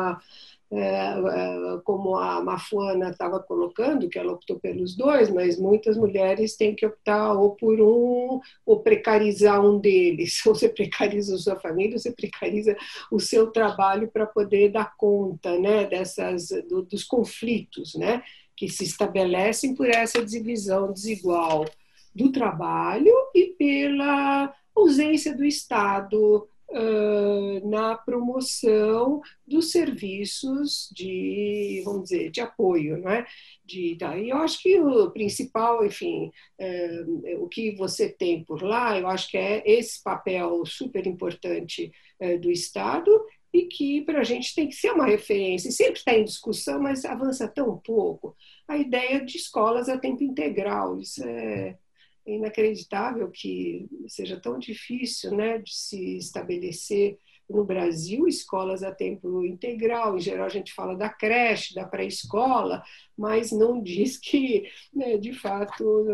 como a Mafuana estava colocando, que ela optou pelos dois, mas muitas mulheres têm que optar ou por um, ou precarizar um deles. Ou você precariza a sua família, ou você precariza o seu trabalho para poder dar conta, né, dos conflitos, né, que se estabelecem por essa divisão desigual do trabalho e pela ausência do Estado na promoção dos serviços de, vamos dizer, de apoio, não é? E eu acho que o principal, enfim, o que você tem por lá, eu acho que é esse papel super importante do Estado e que para a gente tem que ser uma referência. Sempre está em discussão, mas avança tão pouco. A ideia de escolas a tempo integral, isso é inacreditável que seja tão difícil, né, de se estabelecer no Brasil, escolas a tempo integral. Em geral, a gente fala da creche, da pré-escola, mas não diz que, né, de fato,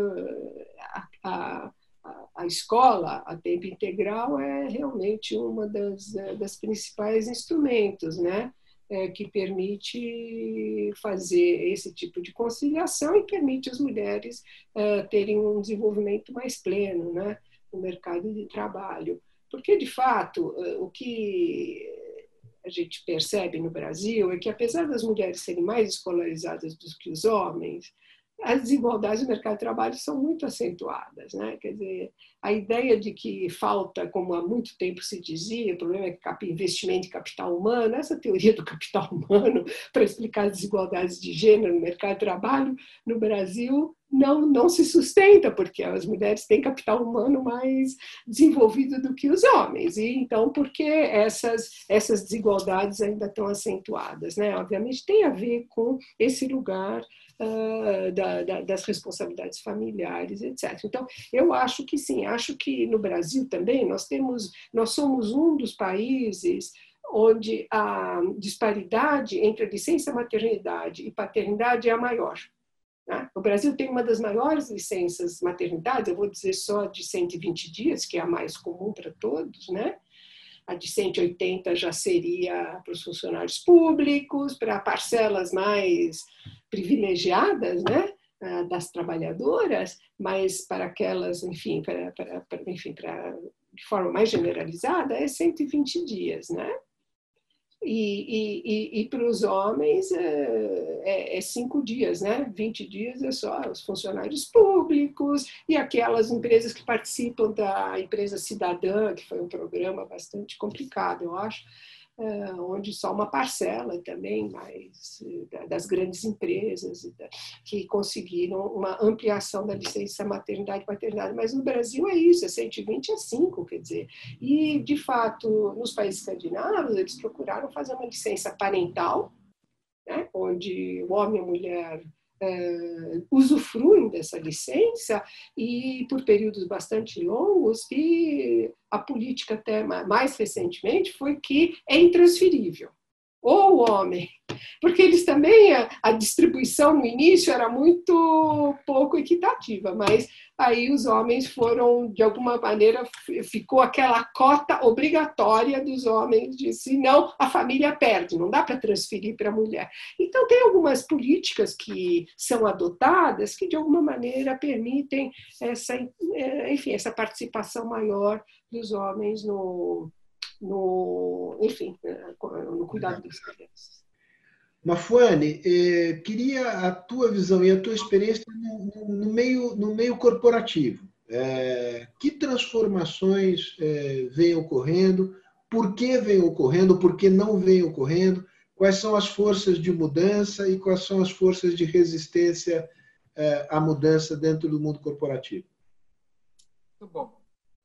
a escola a tempo integral é realmente uma das principais instrumentos, né? Que permite fazer esse tipo de conciliação e permite as mulheres terem um desenvolvimento mais pleno, né, no mercado de trabalho. Porque, de fato, o que a gente percebe no Brasil é que, apesar das mulheres serem mais escolarizadas do que os homens, as desigualdades no mercado de trabalho são muito acentuadas, né? Quer dizer, a ideia de que falta, como há muito tempo se dizia, o problema é que investimento em capital humano, essa teoria do capital humano para explicar as desigualdades de gênero no mercado de trabalho no Brasil não se sustenta, porque as mulheres têm capital humano mais desenvolvido do que os homens, e então porque essas desigualdades ainda estão acentuadas, né? Obviamente tem a ver com esse lugar das responsabilidades familiares, etc. Então, eu acho que sim, acho que no Brasil também nós somos um dos países onde a disparidade entre a licença maternidade e paternidade é a maior. Né? O Brasil tem uma das maiores licenças maternidade, eu vou dizer só de 120 dias, que é a mais comum para todos, né? A de 180 já seria para os funcionários públicos, para parcelas mais privilegiadas, né, das trabalhadoras, mas para aquelas, enfim, de forma mais generalizada, é 120 dias, né? E para os homens é 5 dias, né? 20 dias é só os funcionários públicos e aquelas empresas que participam da empresa cidadã, que foi um programa bastante complicado, eu acho, onde só uma parcela também mais das grandes empresas que conseguiram uma ampliação da licença maternidade e paternidade. Mas no Brasil é isso, é 120 a 5, quer dizer. E, de fato, nos países escandinavos, eles procuraram fazer uma licença parental, né, onde o homem e a mulher usufruem dessa licença e por períodos bastante longos, e a política até mais recentemente foi que é intransferível. Ou o homem, porque eles também, a distribuição no início era muito pouco equitativa, mas aí os homens foram, de alguma maneira, ficou aquela cota obrigatória dos homens, de senão a família perde, não dá para transferir para a mulher. Então tem algumas políticas que são adotadas que, de alguma maneira, permitem essa participação maior dos homens no cuidado das crianças. Mafuane, queria a tua visão e a tua experiência no meio corporativo. Que transformações vêm ocorrendo? Por que vêm ocorrendo? Por que não vêm ocorrendo? Quais são as forças de mudança e quais são as forças de resistência à mudança dentro do mundo corporativo? Muito bom.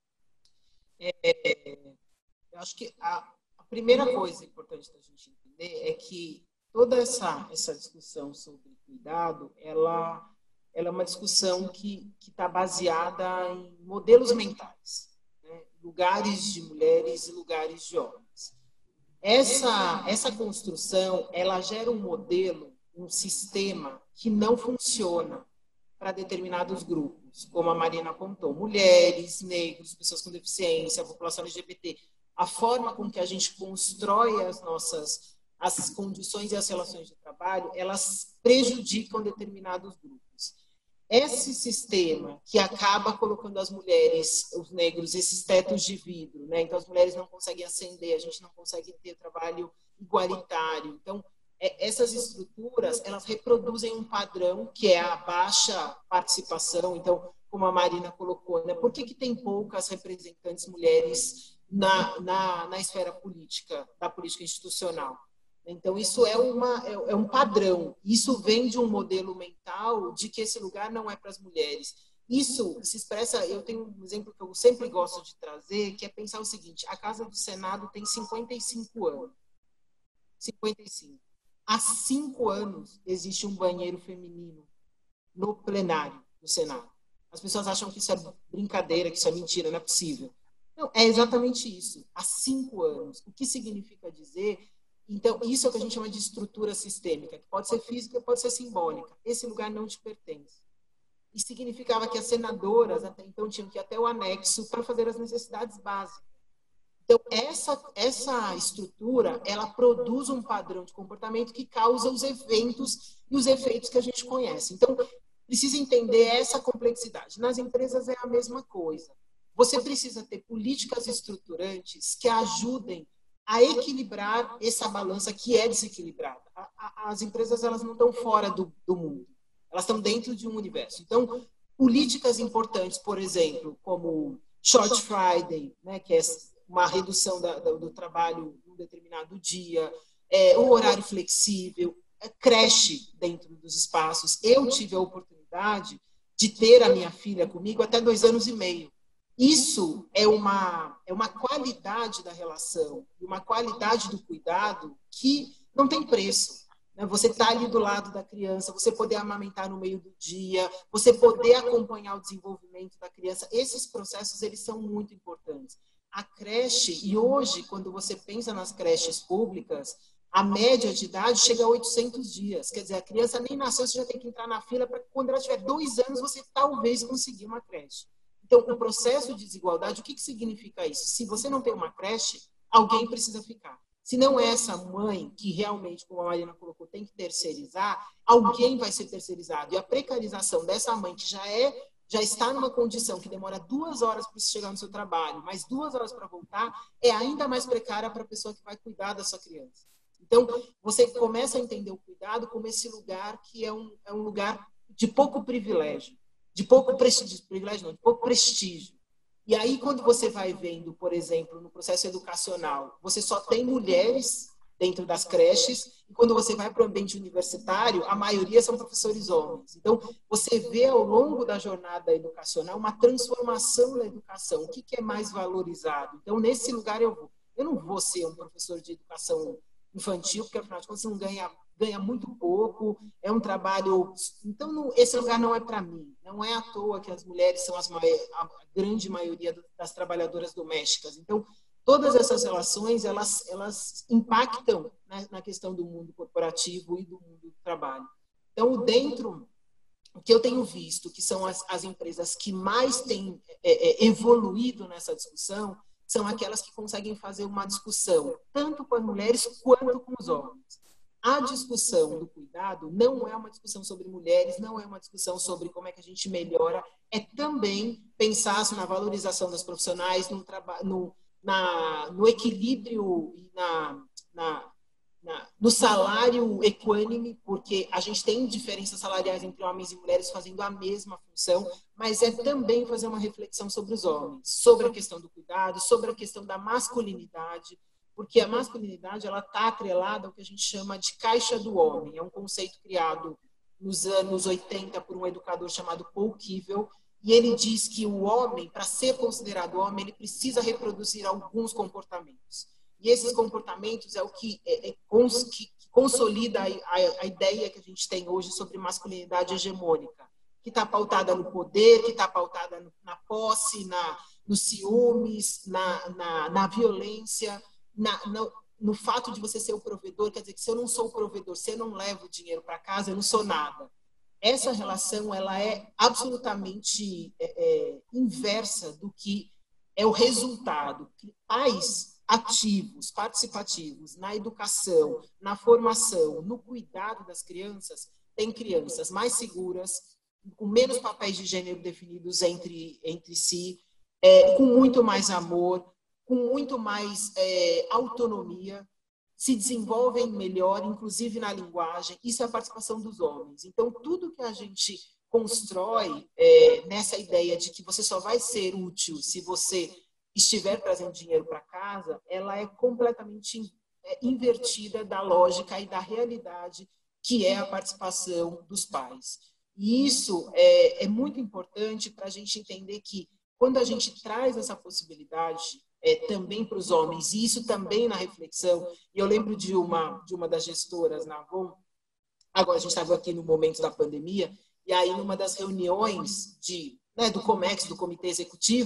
Eu acho que a primeira coisa importante da gente entender é que toda essa discussão sobre cuidado, ela é uma discussão que está baseada em modelos mentais, né? Lugares de mulheres e lugares de homens. Essa construção, ela gera um modelo, um sistema que não funciona para determinados grupos, como a Marina contou, mulheres, negros, pessoas com deficiência, a população LGBT. A forma com que a gente constrói as condições e as relações de trabalho, elas prejudicam determinados grupos. Esse sistema que acaba colocando as mulheres, os negros, esses tetos de vidro, né? Então as mulheres não conseguem ascender, a gente não consegue ter trabalho igualitário. Então, essas estruturas, elas reproduzem um padrão que é a baixa participação. Então, como a Marina colocou, né? Por que tem poucas representantes mulheres na esfera política, da política institucional? Então, isso é um padrão. Isso vem de um modelo mental de que esse lugar não é para as mulheres. Isso se expressa, eu tenho um exemplo que eu sempre gosto de trazer, que é pensar o seguinte: a Casa do Senado tem 55 anos. 55. Há 5 anos existe um banheiro feminino no plenário do Senado. As pessoas acham que isso é brincadeira, que isso é mentira, não é possível. Não, é exatamente isso. Há 5 anos. O que significa dizer... Então, isso é o que a gente chama de estrutura sistêmica, que pode ser física, pode ser simbólica. Esse lugar não te pertence. E significava que as senadoras, até então, tinham que ir até o anexo para fazer as necessidades básicas. Então, essa estrutura, ela produz um padrão de comportamento que causa os eventos e os efeitos que a gente conhece. Então, precisa entender essa complexidade. Nas empresas é a mesma coisa. Você precisa ter políticas estruturantes que ajudem a equilibrar essa balança que é desequilibrada. As empresas, elas não estão fora do mundo, elas estão dentro de um universo. Então, políticas importantes, por exemplo, como Short Friday, né, que é uma redução do trabalho em um determinado dia, o horário flexível, creche dentro dos espaços. Eu tive a oportunidade de ter a minha filha comigo até 2 anos e meio. Isso é uma qualidade da relação, uma qualidade do cuidado que não tem preço. Você está ali do lado da criança, você poder amamentar no meio do dia, você poder acompanhar o desenvolvimento da criança. Esses processos, eles são muito importantes. A creche, e hoje, quando você pensa nas creches públicas, a média de idade chega a 800 dias. Quer dizer, a criança nem nasceu, você já tem que entrar na fila para quando ela tiver 2 anos, você talvez conseguir uma creche. Então, o processo de desigualdade, o que significa isso? Se você não tem uma creche, alguém precisa ficar. Se não é essa mãe que realmente, como a Marina colocou, tem que terceirizar, alguém vai ser terceirizado. E a precarização dessa mãe que já está numa condição que demora 2 horas para chegar no seu trabalho, mais 2 horas para voltar, é ainda mais precária para a pessoa que vai cuidar da sua criança. Então, você começa a entender o cuidado como esse lugar que é um lugar de pouco privilégio. De pouco prestígio, privilégio não, de pouco prestígio. E aí, quando você vai vendo, por exemplo, no processo educacional, você só tem mulheres dentro das creches, e quando você vai para o ambiente universitário, a maioria são professores homens. Então, você vê ao longo da jornada educacional uma transformação na educação. O que é mais valorizado? Então, nesse lugar eu vou. Eu não vou ser um professor de educação infantil, porque, afinal de contas, você não ganha muito pouco, é um trabalho... Então, esse lugar não é para mim. Não é à toa que as mulheres são a grande maioria das trabalhadoras domésticas. Então, todas essas relações, elas impactam, né, na questão do mundo corporativo e do mundo do trabalho. Então, o que eu tenho visto, que são as empresas que mais têm evoluído nessa discussão, são aquelas que conseguem fazer uma discussão, tanto com as mulheres quanto com os homens. A discussão do cuidado não é uma discussão sobre mulheres, não é uma discussão sobre como é que a gente melhora, é também pensar na valorização das profissionais, no equilíbrio e no salário equânime, porque a gente tem diferenças salariais entre homens e mulheres fazendo a mesma função, mas é também fazer uma reflexão sobre os homens, sobre a questão do cuidado, sobre a questão da masculinidade, porque a masculinidade ela está atrelada ao que a gente chama de caixa do homem. É um conceito criado nos anos 80 por um educador chamado Paul Kivel, e ele diz que o homem, para ser considerado homem, ele precisa reproduzir alguns comportamentos. E esses comportamentos é o que consolida a ideia que a gente tem hoje sobre masculinidade hegemônica, que está pautada no poder, que está pautada na posse, nos ciúmes, na violência, no fato de você ser o provedor. Quer dizer que se eu não sou o provedor, se eu não levo o dinheiro para casa, eu não sou nada. Essa relação ela é absolutamente inversa do que é o resultado. Pais ativos, participativos na educação, na formação, no cuidado das crianças, têm crianças mais seguras, com menos papéis de gênero definidos entre si, com muito mais amor, com muito mais autonomia, se desenvolvem melhor, inclusive na linguagem. Isso é a participação dos homens. Então, tudo que a gente constrói nessa ideia de que você só vai ser útil se você estiver trazendo dinheiro para casa, ela é completamente invertida da lógica e da realidade que é a participação dos pais. E isso é muito importante para a gente entender que quando a gente traz essa possibilidade também para os homens, e isso também na reflexão, e eu lembro de uma das gestoras na Avon, agora a gente estava aqui no momento da pandemia, e aí numa das reuniões do COMEX, do Comitê Executivo,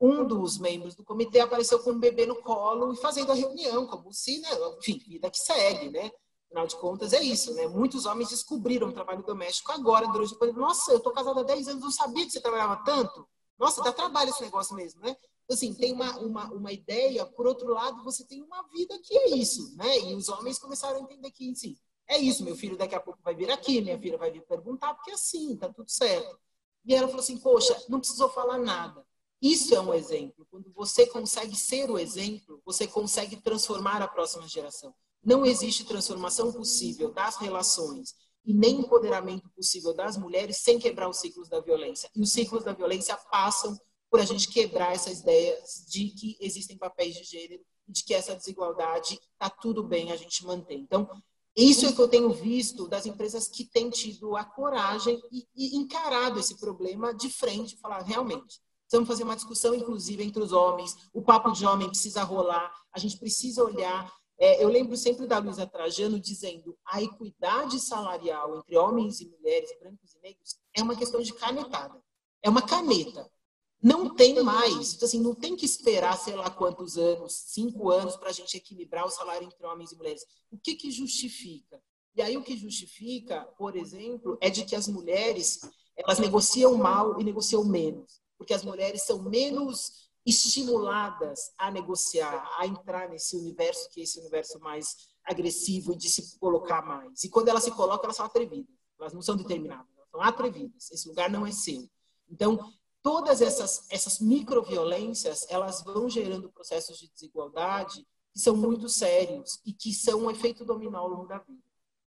um dos membros do comitê apareceu com um bebê no colo e fazendo a reunião, como se, né, enfim, vida que segue, né? Afinal de contas, é isso, né? Muitos homens descobriram o trabalho doméstico agora, durante a pandemia. Nossa, eu tô casada há 10 anos, não sabia que você trabalhava tanto. Nossa, dá trabalho esse negócio mesmo, né? Então, assim, tem uma ideia, por outro lado, você tem uma vida que é isso, né? E os homens começaram a entender que, sim, é isso, meu filho daqui a pouco vai vir aqui, minha filha vai vir perguntar, porque é assim, tá tudo certo. E ela falou assim, poxa, não precisou falar nada. Isso é um exemplo. Quando você consegue ser o exemplo, você consegue transformar a próxima geração. Não existe transformação possível das relações e nem empoderamento possível das mulheres sem quebrar os ciclos da violência. E os ciclos da violência passam por a gente quebrar essas ideias de que existem papéis de gênero e de que essa desigualdade está tudo bem a gente manter. Então, isso é que eu tenho visto das empresas que têm tido a coragem e encarado esse problema de frente e falar, realmente, precisamos fazer uma discussão inclusiva entre os homens, o papo de homem precisa rolar, a gente precisa olhar. Eu lembro sempre da Luísa Trajano dizendo a equidade salarial entre homens e mulheres, brancos e negros, é uma questão de canetada. É uma caneta. Não tem mais. Então, assim, não tem que esperar, sei lá quantos anos, 5 anos, para a gente equilibrar o salário entre homens e mulheres. O que justifica? E aí o que justifica, por exemplo, é de que as mulheres elas negociam mal e negociam menos. Porque as mulheres são menos estimuladas a negociar, a entrar nesse universo, que é esse universo mais agressivo, de se colocar mais. E quando elas se colocam, elas são atrevidas. Elas não são determinadas, elas são atrevidas. Esse lugar não é seu. Então, todas essas microviolências, elas vão gerando processos de desigualdade que são muito sérios e que são um efeito dominó ao longo da vida.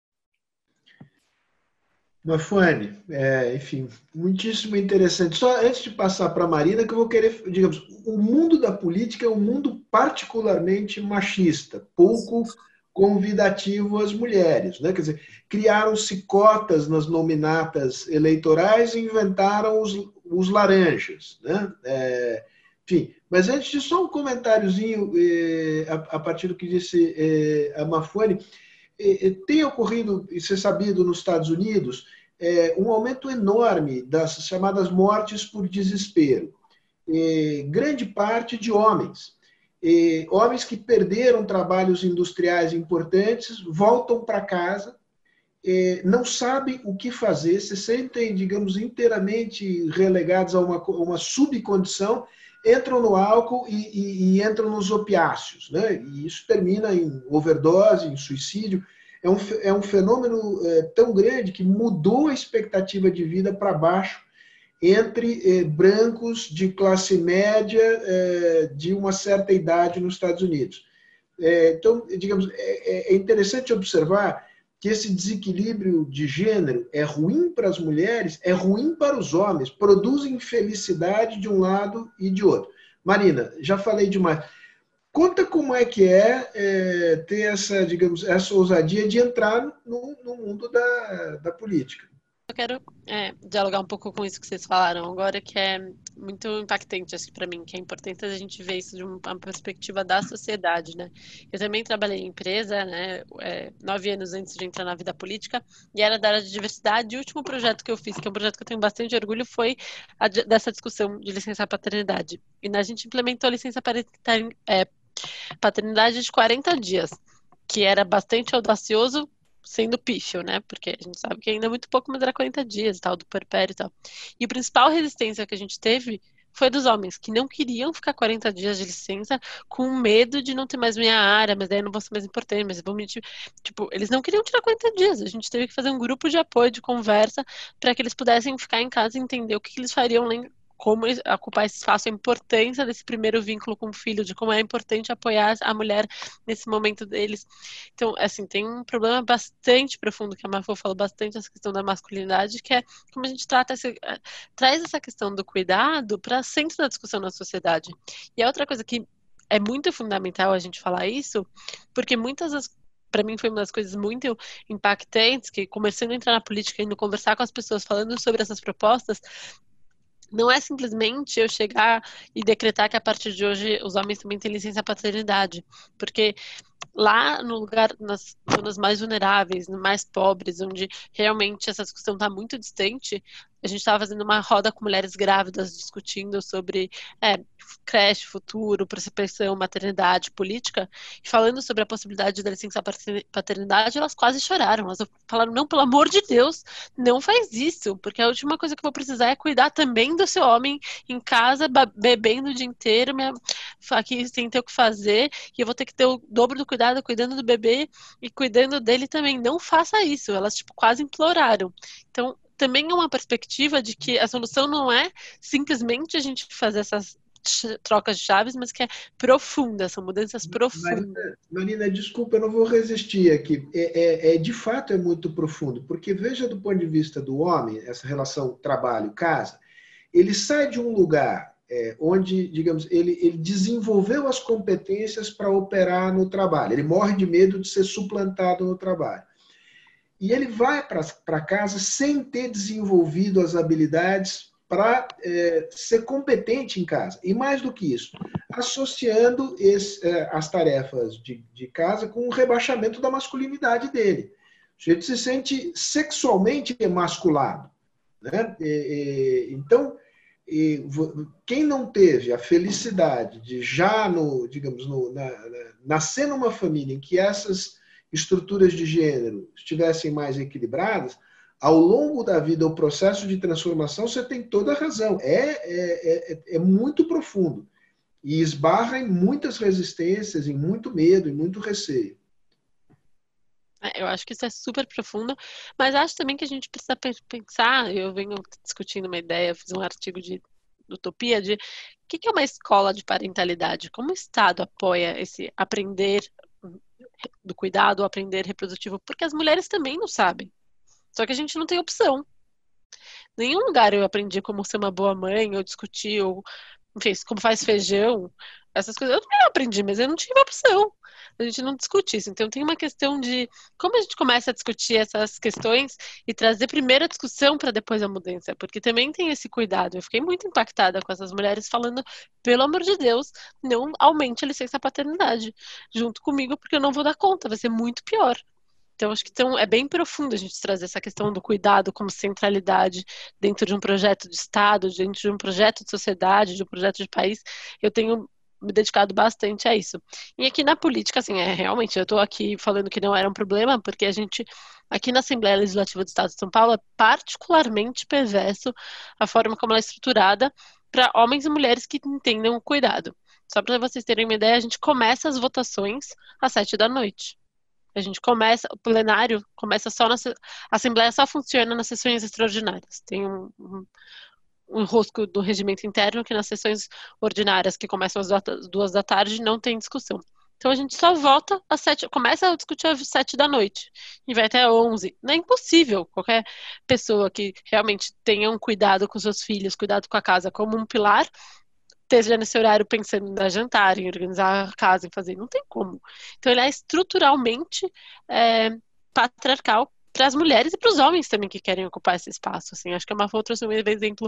Mafone, enfim, muitíssimo interessante. Só antes de passar para a Marina, que eu vou querer, digamos, o mundo da política é um mundo particularmente machista, pouco convidativo às mulheres, né? Quer dizer, criaram-se cotas nas nominatas eleitorais e inventaram os laranjas, né? Enfim, mas antes de só um comentáriozinho a partir do que disse a Mafone, tem ocorrido, isso é sabido nos Estados Unidos, um aumento enorme das chamadas mortes por desespero. Grande parte de homens. Homens que perderam trabalhos industriais importantes, voltam para casa, não sabem o que fazer, se sentem, digamos, inteiramente relegados a uma subcondição, entram no álcool e entram nos opiáceos, né? E isso termina em overdose, em suicídio. É um fenômeno tão grande que mudou a expectativa de vida para baixo entre brancos de classe média de uma certa idade nos Estados Unidos. Então, digamos, é interessante observar que esse desequilíbrio de gênero é ruim para as mulheres, é ruim para os homens, produz infelicidade de um lado e de outro. Marina, já falei demais. Conta como é que ter essa, digamos, essa ousadia de entrar no mundo da política. Eu quero dialogar um pouco com isso que vocês falaram agora, que é muito impactante assim, para mim, que é importante a gente ver isso de uma perspectiva da sociedade, né? Eu também trabalhei em empresa, né, 9 anos antes de entrar na vida política, e era da área de diversidade, e o último projeto que eu fiz, que é um projeto que eu tenho bastante orgulho, foi dessa discussão de licença paternidade. E a gente implementou a licença paternidade de 40 dias, que era bastante audacioso, sendo pífio, né? Porque a gente sabe que ainda é muito pouco, mas era 40 dias, tal, do puerpério e tal. E a principal resistência que a gente teve foi dos homens, que não queriam ficar 40 dias de licença com medo de não ter mais minha área, mas daí eu não vou ser mais importante, mas eu vou mentir. Tipo, eles não queriam tirar 40 dias. A gente teve que fazer um grupo de apoio, de conversa, para que eles pudessem ficar em casa e entender o que eles fariam, como ocupar esse espaço, a importância desse primeiro vínculo com o filho, de como é importante apoiar a mulher nesse momento deles. Então, assim, tem um problema bastante profundo, que a Mafô falou bastante, essa questão da masculinidade, que é como a gente traz essa questão do cuidado para centro da discussão na sociedade. E a outra coisa que é muito fundamental a gente falar isso, porque para mim foi uma das coisas muito impactantes, que começando a entrar na política, indo conversar com as pessoas, falando sobre essas propostas, não é simplesmente eu chegar e decretar que a partir de hoje os homens também têm licença paternidade, porque lá no lugar, nas zonas mais vulneráveis, mais pobres, onde realmente essa discussão está muito distante, a gente estava fazendo uma roda com mulheres grávidas discutindo sobre creche, futuro, prospecção, maternidade, política, e falando sobre a possibilidade da licença paternidade, elas quase choraram. Elas falaram, não, pelo amor de Deus, não faz isso, porque a última coisa que eu vou precisar é cuidar também do seu homem em casa, bebendo o dia inteiro, aqui sem ter o que fazer, e eu vou ter que ter o dobro do cuidado cuidando do bebê e cuidando dele também. Não faça isso. Elas quase imploraram. Então, também é uma perspectiva de que a solução não é simplesmente a gente fazer essas trocas de chaves, mas que é profunda, são mudanças profundas. Marina, desculpa, eu não vou resistir aqui. De fato, é muito profundo, porque veja do ponto de vista do homem, essa relação trabalho-casa, ele sai de um lugar onde, digamos, ele desenvolveu as competências para operar no trabalho, ele morre de medo de ser suplantado no trabalho. E ele vai para casa sem ter desenvolvido as habilidades para ser competente em casa. E mais do que isso, associando as tarefas de casa com o rebaixamento da masculinidade dele. O sujeito se sente sexualmente emasculado, né? Então, quem não teve a felicidade de já, nascer numa família em que essas estruturas de gênero estivessem mais equilibradas, ao longo da vida, o processo de transformação, você tem toda a razão. É muito profundo. E esbarra em muitas resistências, em muito medo, em muito receio. Eu acho que isso é super profundo, mas acho também que a gente precisa pensar, eu venho discutindo uma ideia, fiz um artigo de utopia, de o que é uma escola de parentalidade? Como o Estado apoia esse aprender do cuidado, o aprender reprodutivo? Porque as mulheres também não sabem. Só que a gente não tem opção. Em nenhum lugar eu aprendi como ser uma boa mãe, ou discutir, ou enfim, como faz feijão, essas coisas. Eu também aprendi, mas eu não tive opção. A gente não discute isso. Então tem uma questão de como a gente começa a discutir essas questões e trazer primeiro a discussão para depois a mudança, porque também tem esse cuidado. Eu fiquei muito impactada com essas mulheres falando, pelo amor de Deus, não aumente a licença paternidade junto comigo, porque eu não vou dar conta, vai ser muito pior. Então, acho que é bem profundo a gente trazer essa questão do cuidado como centralidade dentro de um projeto de Estado, dentro de um projeto de sociedade, de um projeto de país. Eu tenho me dedicado bastante a isso. E aqui na política, assim, realmente, eu estou aqui falando que não era um problema, porque a gente, aqui na Assembleia Legislativa do Estado de São Paulo, é particularmente perverso a forma como ela é estruturada para homens e mulheres que entendam o cuidado. Só para vocês terem uma ideia, a gente começa as votações às 7 da noite. A gente começa, o plenário começa só a Assembleia só funciona nas sessões extraordinárias. Tem um enrosco do regimento interno que nas sessões ordinárias, que começam às 2 da tarde, não tem discussão. Então a gente só vota às 7, começa a discutir às 7 da noite e vai até 11. Não é impossível qualquer pessoa que realmente tenha um cuidado com seus filhos, cuidado com a casa como um pilar, esteja nesse horário pensando em dar jantar, em organizar a casa, em fazer. Não tem como. Então, ele é estruturalmente patriarcal para as mulheres e para os homens também que querem ocupar esse espaço. Assim. Acho que a Mafô trouxe um exemplo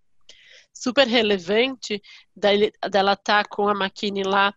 super relevante dela estar com a Makini lá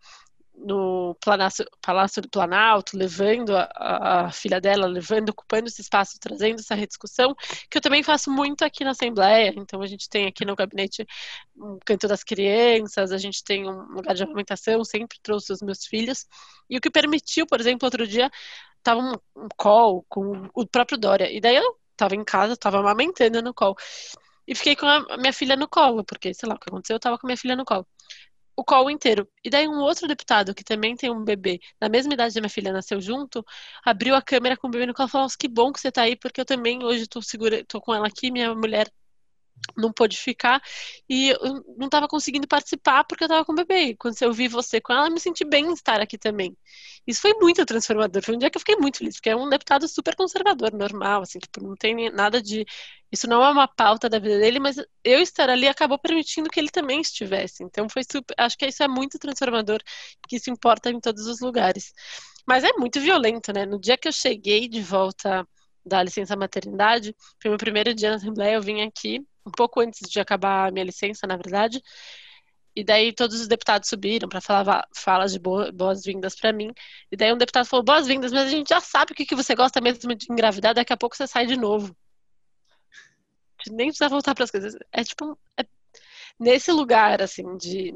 no Palácio do Planalto, levando a filha dela, ocupando esse espaço, trazendo essa rediscussão, que eu também faço muito aqui na Assembleia. Então a gente tem aqui no gabinete um canto das crianças, a gente tem um lugar de amamentação, sempre trouxe os meus filhos, e o que permitiu, por exemplo, outro dia, estava um call com o próprio Dória, e daí eu estava em casa, estava amamentando no call, e fiquei com a minha filha no colo, porque, sei lá, o que aconteceu, eu estava com a minha filha no colo. O call inteiro. E daí um outro deputado, que também tem um bebê, na mesma idade da minha filha, nasceu junto, abriu a câmera com o bebê no colo e falou, nossa, que bom que você tá aí, porque eu também hoje tô com ela aqui, minha mulher não pôde ficar, e eu não estava conseguindo participar porque eu estava com o bebê. E quando eu vi você com ela, eu me senti bem em estar aqui também. Isso foi muito transformador. Foi um dia que eu fiquei muito feliz, porque é um deputado super conservador, normal, assim, tipo, não tem nada de... Isso não é uma pauta da vida dele, mas eu estar ali acabou permitindo que ele também estivesse. Então foi super... Acho que isso é muito transformador, que isso importa em todos os lugares. Mas é muito violento, né? No dia que eu cheguei de volta da licença maternidade, foi meu primeiro dia na Assembleia, eu vim aqui, um pouco antes de acabar a minha licença, na verdade, E daí todos os deputados subiram para falar falas de boas-vindas para mim. E daí um deputado falou, boas-vindas, mas a gente já sabe o que você gosta mesmo de engravidar, daqui a pouco você sai de novo. A gente nem precisa voltar para as coisas. É tipo, nesse lugar, assim, de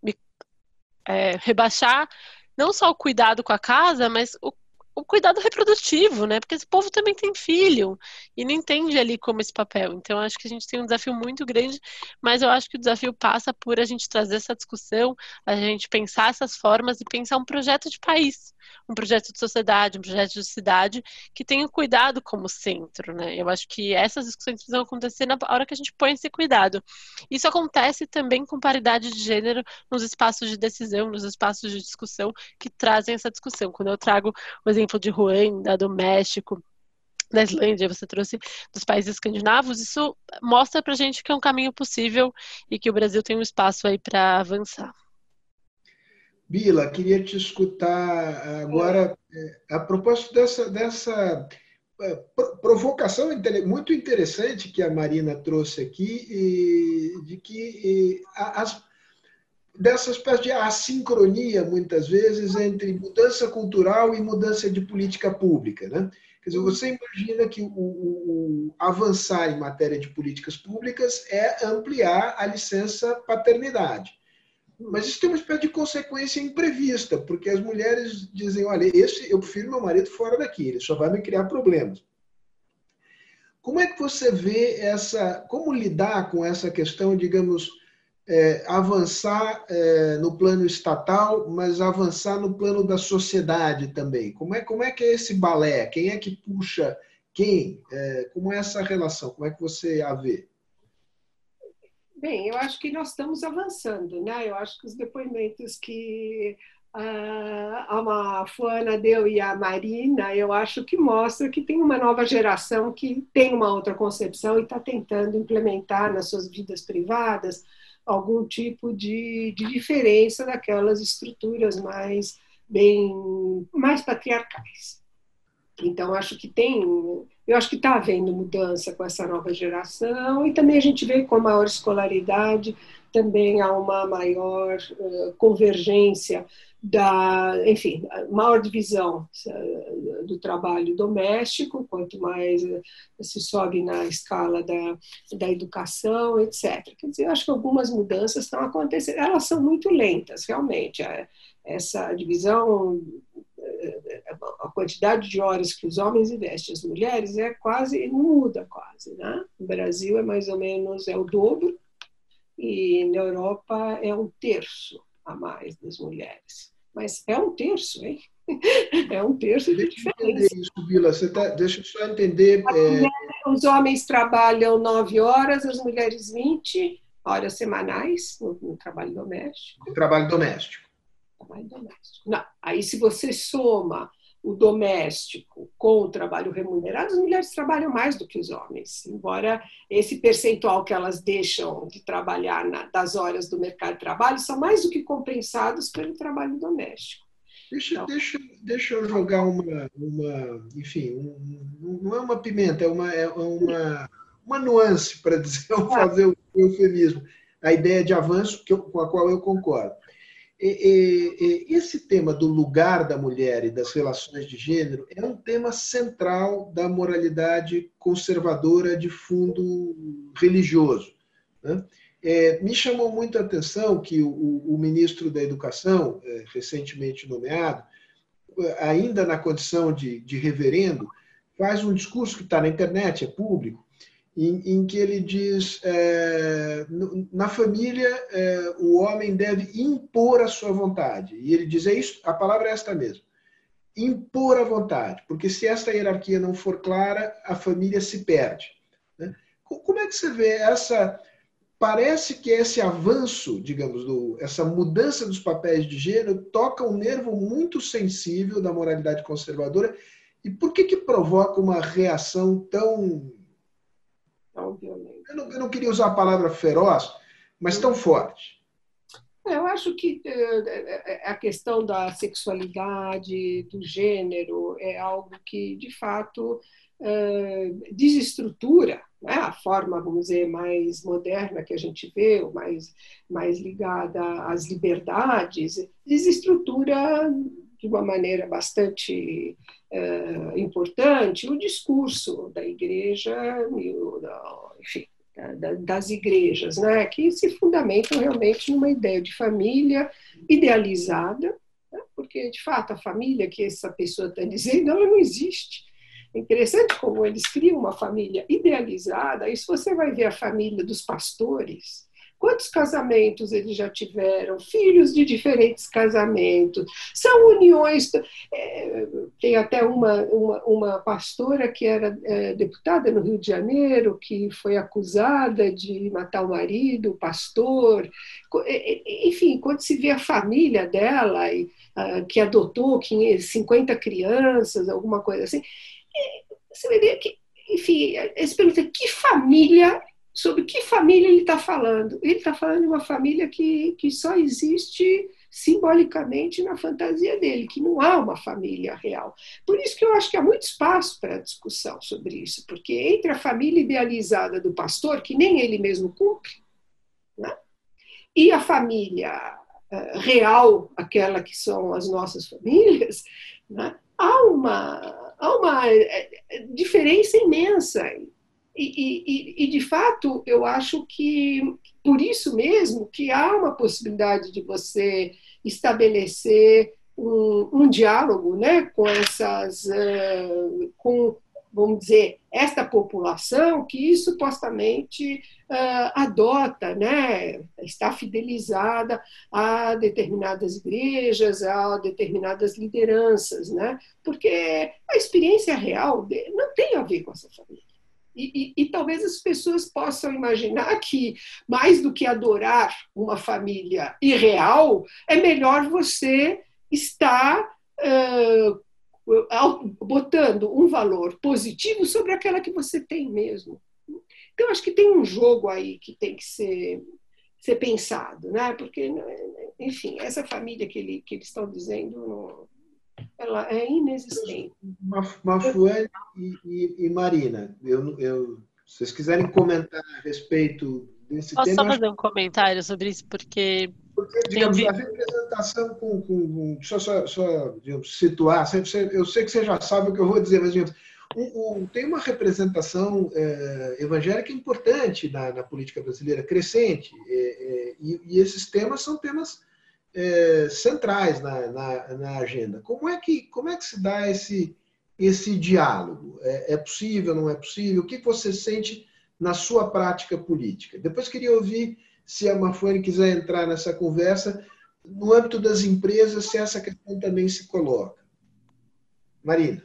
rebaixar não só o cuidado com a casa, mas o cuidado reprodutivo, né? Porque esse povo também tem filho e não entende ali como esse papel. Então, acho que a gente tem um desafio muito grande, mas eu acho que o desafio passa por a gente trazer essa discussão, a gente pensar essas formas e pensar um projeto de país, um projeto de sociedade, um projeto de cidade que tenha o cuidado como centro, né? Eu acho que essas discussões precisam acontecer na hora que a gente põe esse cuidado. Isso acontece também com paridade de gênero nos espaços de decisão, nos espaços de discussão que trazem essa discussão. Quando eu trago o exemplo de Ruanda, do México, da Islândia, você trouxe dos países escandinavos, isso mostra pra gente que é um caminho possível e que o Brasil tem um espaço aí para avançar. Bila, queria te escutar agora a propósito dessa provocação muito interessante que a Marina trouxe aqui, de que dessa espécie de assincronia, muitas vezes, entre mudança cultural e mudança de política pública, né? Quer dizer, você imagina que o avançar em matéria de políticas públicas é ampliar a licença paternidade. Mas isso tem uma espécie de consequência imprevista, porque as mulheres dizem, olha, eu prefiro meu marido fora daqui, ele só vai me criar problemas. Como é que você vê como lidar com essa questão, digamos, avançar no plano estatal, mas avançar no plano da sociedade também? Como é que é esse balé? Quem é que puxa quem? Como é essa relação? Como é que você a vê? Bem, eu acho que nós estamos avançando, né? Eu acho que os depoimentos que a Fuana deu e a Marina, eu acho que mostra que tem uma nova geração que tem uma outra concepção e está tentando implementar nas suas vidas privadas algum tipo de diferença daquelas estruturas mais patriarcais. Então, eu acho que está havendo mudança com essa nova geração e também a gente vê com a maior escolaridade, também há uma maior convergência enfim, maior divisão do trabalho doméstico, quanto mais se sobe na escala da educação, etc. Quer dizer, eu acho que algumas mudanças estão acontecendo, elas são muito lentas, realmente. Essa divisão, a quantidade de horas que os homens investem, as mulheres, não muda quase, né? No Brasil é mais ou menos o dobro e na Europa é 1/3 a mais das mulheres. Mas é 1/3, hein? É 1/3 de diferença. Deixa eu entender isso, Bila. Deixa eu só entender. Os homens trabalham 9 horas, as mulheres 20 horas semanais no trabalho doméstico. No trabalho doméstico. Não, aí se você soma o doméstico com o trabalho remunerado, as mulheres trabalham mais do que os homens, embora esse percentual que elas deixam de trabalhar das horas do mercado de trabalho são mais do que compensados pelo trabalho doméstico. Deixa eu jogar enfim, não é uma pimenta, é uma nuance, para fazer o eufemismo, a ideia de avanço com a qual eu concordo. Esse tema do lugar da mulher e das relações de gênero é um tema central da moralidade conservadora de fundo religioso, né? Me chamou muito a atenção que o ministro da Educação, recentemente nomeado, ainda na condição de reverendo, faz um discurso que está na internet, é público, em que ele diz, na família, o homem deve impor a sua vontade. E ele diz, a palavra é esta mesmo, impor a vontade, porque se esta hierarquia não for clara, a família se perde, né? Como é que você vê parece que esse avanço, digamos, essa mudança dos papéis de gênero toca um nervo muito sensível da moralidade conservadora, e por que provoca uma reação tão violenta? Eu não queria usar a palavra feroz, mas tão forte. Eu acho que a questão da sexualidade, do gênero, é algo que, de fato, desestrutura né, a forma, vamos dizer, mais moderna que a gente vê, ou mais ligada às liberdades, desestrutura de uma maneira bastante importante o discurso da igreja, enfim, das igrejas, né, que se fundamentam realmente numa ideia de família idealizada, né, porque, de fato, a família que essa pessoa está dizendo, ela não existe. É interessante como eles criam uma família idealizada, e se você vai ver a família dos pastores, quantos casamentos eles já tiveram, filhos de diferentes casamentos, são uniões. Tem até uma pastora que era deputada no Rio de Janeiro, que foi acusada de matar o marido, o pastor. Enfim, quando se vê a família dela, que adotou 50 crianças, alguma coisa assim, você vai ver que, enfim, eles perguntam sobre que família ele está falando. Ele está falando de uma família que só existe simbolicamente na fantasia dele, que não há uma família real. Por isso que eu acho que há muito espaço para discussão sobre isso, porque entre a família idealizada do pastor, que nem ele mesmo cumpre, né, e a família real, aquela que são as nossas famílias, né, há uma diferença imensa. E, de fato, eu acho que, por isso mesmo, que há uma possibilidade de você estabelecer um diálogo, né, com, vamos dizer, esta população que supostamente adota, né, está fidelizada a determinadas igrejas, a determinadas lideranças, né, porque a experiência real não tem a ver com essa família. E talvez as pessoas possam imaginar que, mais do que adorar uma família irreal, é melhor você estar botando um valor positivo sobre aquela que você tem mesmo. Então, acho que tem um jogo aí que tem que ser pensado, né? Porque, enfim, essa família que eles estão dizendo, ela é inexistente. Mafuane e Marina, se vocês quiserem comentar a respeito desse Posso tema... só fazer um comentário sobre isso? Porque digamos, a representação só digamos, situar, eu sei que você já sabe o que eu vou dizer, mas digamos, tem uma representação evangélica importante na política brasileira, crescente, e esses temas são temas centrais na agenda. Como é que se dá esse diálogo? É possível, não é possível? O que você sente na sua prática política? Depois queria ouvir, se a Mafuane quiser entrar nessa conversa, no âmbito das empresas, se essa questão também se coloca. Marina.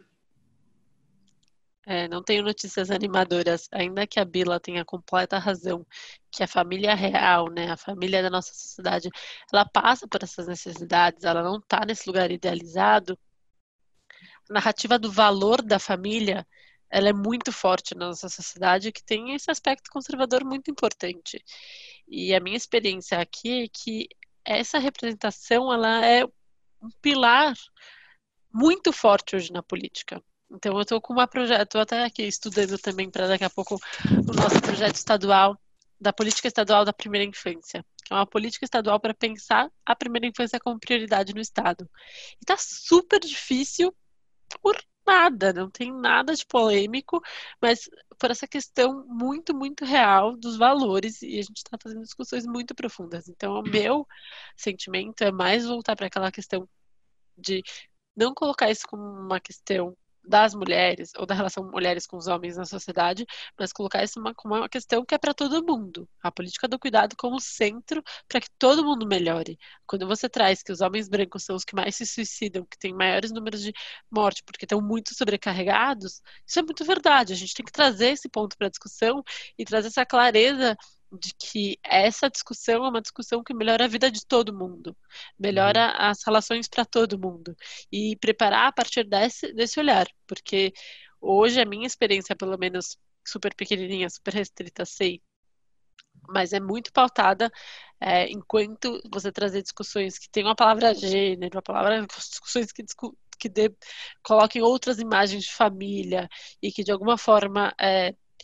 Não tenho notícias animadoras, ainda que a Bila tenha completa razão, que a família real, né, a família da nossa sociedade, ela passa por essas necessidades, ela não está nesse lugar idealizado. A narrativa do valor da família, ela é muito forte na nossa sociedade, que tem esse aspecto conservador muito importante. E a minha experiência aqui é que essa representação, ela é um pilar muito forte hoje na política. Então, eu estou com um projeto, estou até aqui estudando também para daqui a pouco o nosso projeto estadual, da política estadual da primeira infância, que é uma política estadual para pensar a primeira infância como prioridade no Estado. E está super difícil por nada, não tem nada de polêmico, mas por essa questão muito, muito real dos valores, e a gente está fazendo discussões muito profundas. Então, o meu sentimento é mais voltar para aquela questão de não colocar isso como uma questão das mulheres ou da relação mulheres com os homens na sociedade, mas colocar isso como uma questão que é para todo mundo. A política do cuidado como centro para que todo mundo melhore. Quando você traz que os homens brancos são os que mais se suicidam, que têm maiores números de morte porque estão muito sobrecarregados, isso é muito verdade. A gente tem que trazer esse ponto para a discussão e trazer essa clareza de que essa discussão é uma discussão que melhora a vida de todo mundo, melhora as relações para todo mundo, e preparar a partir desse olhar, porque hoje a minha experiência, pelo menos super pequenininha, super restrita, sei, mas é muito pautada enquanto você trazer discussões que tenham a palavra gênero, discussões que coloquem outras imagens de família e que de alguma forma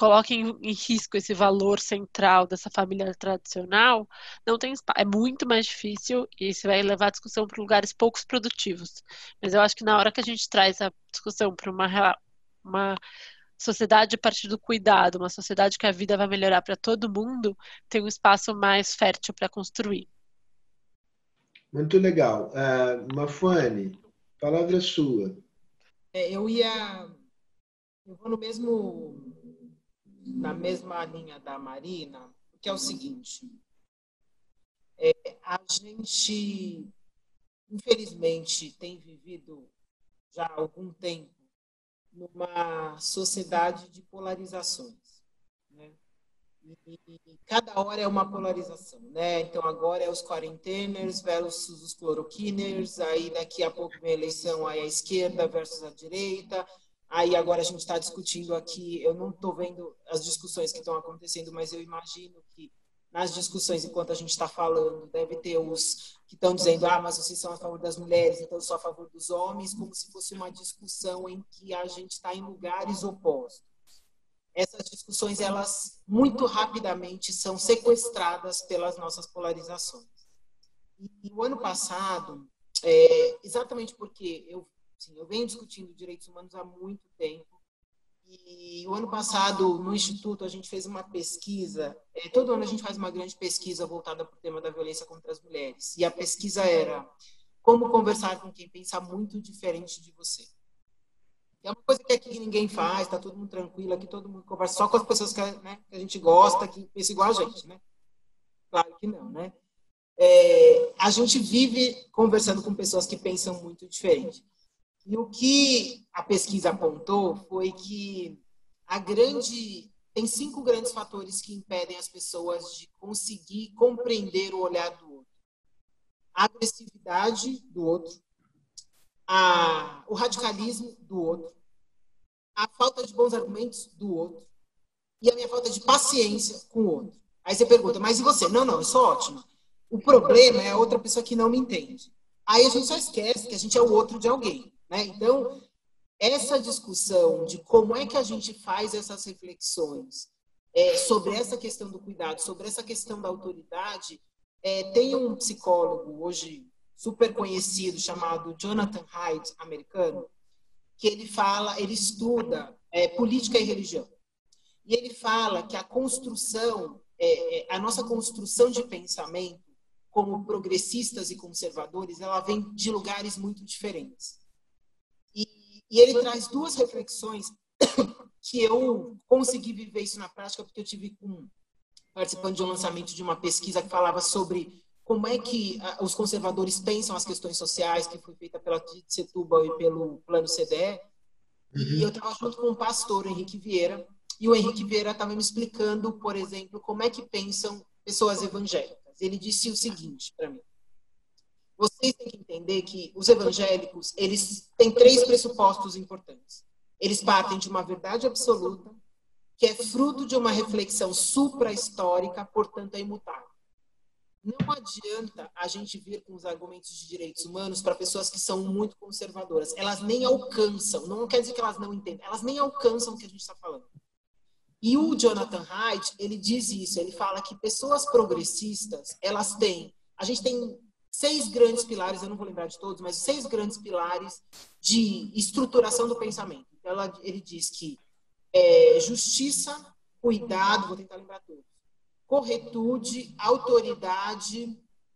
coloque em risco esse valor central dessa família tradicional, não tem espaço. É muito mais difícil e isso vai levar a discussão para lugares poucos produtivos. Mas eu acho que na hora que a gente traz a discussão para uma sociedade a partir do cuidado, uma sociedade que a vida vai melhorar para todo mundo, tem um espaço mais fértil para construir. Muito legal. Mafone, a palavra é sua. Eu vou na mesma linha da Marina, que é o seguinte, a gente, infelizmente, tem vivido já há algum tempo numa sociedade de polarizações, né? E cada hora é uma polarização, né? Então agora é os quarenteners versus os cloroquiners, aí daqui a pouco vem a eleição, aí a esquerda versus a direita, aí agora a gente está discutindo aqui, eu não estou vendo as discussões que estão acontecendo, mas eu imagino que nas discussões, enquanto a gente está falando, deve ter os que estão dizendo, mas vocês são a favor das mulheres, então eu sou a favor dos homens, como se fosse uma discussão em que a gente está em lugares opostos. Essas discussões, elas muito rapidamente são sequestradas pelas nossas polarizações. E o ano passado, exatamente porque eu venho discutindo direitos humanos há muito tempo, e o ano passado, no Instituto, a gente fez uma pesquisa, todo ano a gente faz uma grande pesquisa voltada para o tema da violência contra as mulheres, e a pesquisa era como conversar com quem pensa muito diferente de você. É uma coisa que aqui ninguém faz, está todo mundo tranquilo, aqui todo mundo conversa só com as pessoas que, né, que a gente gosta, que pensa igual a gente, né? Claro que não, né? A gente vive conversando com pessoas que pensam muito diferente. E o que a pesquisa apontou foi que tem 5 grandes fatores que impedem as pessoas de conseguir compreender o olhar do outro. A agressividade do outro, o radicalismo do outro, a falta de bons argumentos do outro e a minha falta de paciência com o outro. Aí você pergunta, mas e você? Não, eu sou ótima. O problema é a outra pessoa que não me entende. Aí a gente só esquece que a gente é o outro de alguém, né? Então, essa discussão de como é que a gente faz essas reflexões sobre essa questão do cuidado, sobre essa questão da autoridade, tem um psicólogo hoje super conhecido, chamado Jonathan Haidt, americano, que ele estuda política e religião. E ele fala que a nossa construção de pensamento, como progressistas e conservadores, ela vem de lugares muito diferentes. E ele traz 2 reflexões que eu consegui viver isso na prática, porque eu tive participando de um lançamento de uma pesquisa que falava sobre como é que os conservadores pensam as questões sociais, que foi feita pela Setúbal e pelo Plano CDE. E eu estava junto com o pastor Henrique Vieira, e o Henrique Vieira estava me explicando, por exemplo, como é que pensam pessoas evangélicas. Ele disse o seguinte para mim: vocês têm que entender que os evangélicos, eles têm 3 pressupostos importantes. Eles partem de uma verdade absoluta, que é fruto de uma reflexão supra-histórica, portanto é imutável. Não adianta a gente vir com os argumentos de direitos humanos para pessoas que são muito conservadoras. Elas nem alcançam, não quer dizer que elas não entendem, elas nem alcançam o que a gente está falando. E o Jonathan Haidt, ele diz isso, ele fala que pessoas progressistas, a gente tem 6 grandes pilares, eu não vou lembrar de todos, mas 6 grandes pilares de estruturação do pensamento. Então, ele diz que justiça, cuidado, vou tentar lembrar todos, corretude, autoridade,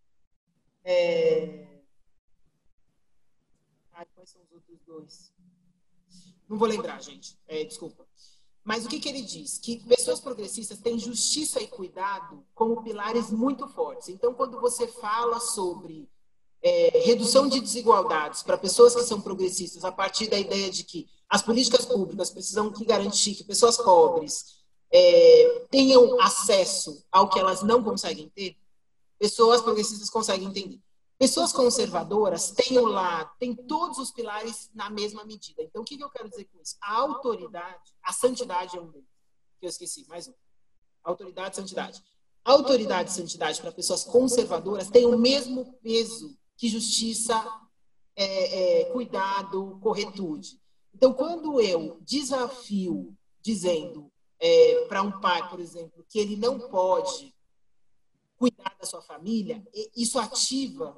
quais são os outros 2? Não vou lembrar, gente, desculpa. Mas o que ele diz? Que pessoas progressistas têm justiça e cuidado como pilares muito fortes. Então, quando você fala sobre redução de desigualdades para pessoas que são progressistas, a partir da ideia de que as políticas públicas precisam garantir que pessoas pobres tenham acesso ao que elas não conseguem ter, pessoas progressistas conseguem entender. Pessoas conservadoras têm todos os pilares na mesma medida. Então, o que eu quero dizer com isso? A autoridade, a santidade é um deles, que eu esqueci, mais um. Autoridade e santidade. A autoridade e santidade para pessoas conservadoras tem o mesmo peso que justiça, cuidado, corretude. Então, quando eu desafio dizendo para um pai, por exemplo, que ele não pode cuidar da sua família, isso ativa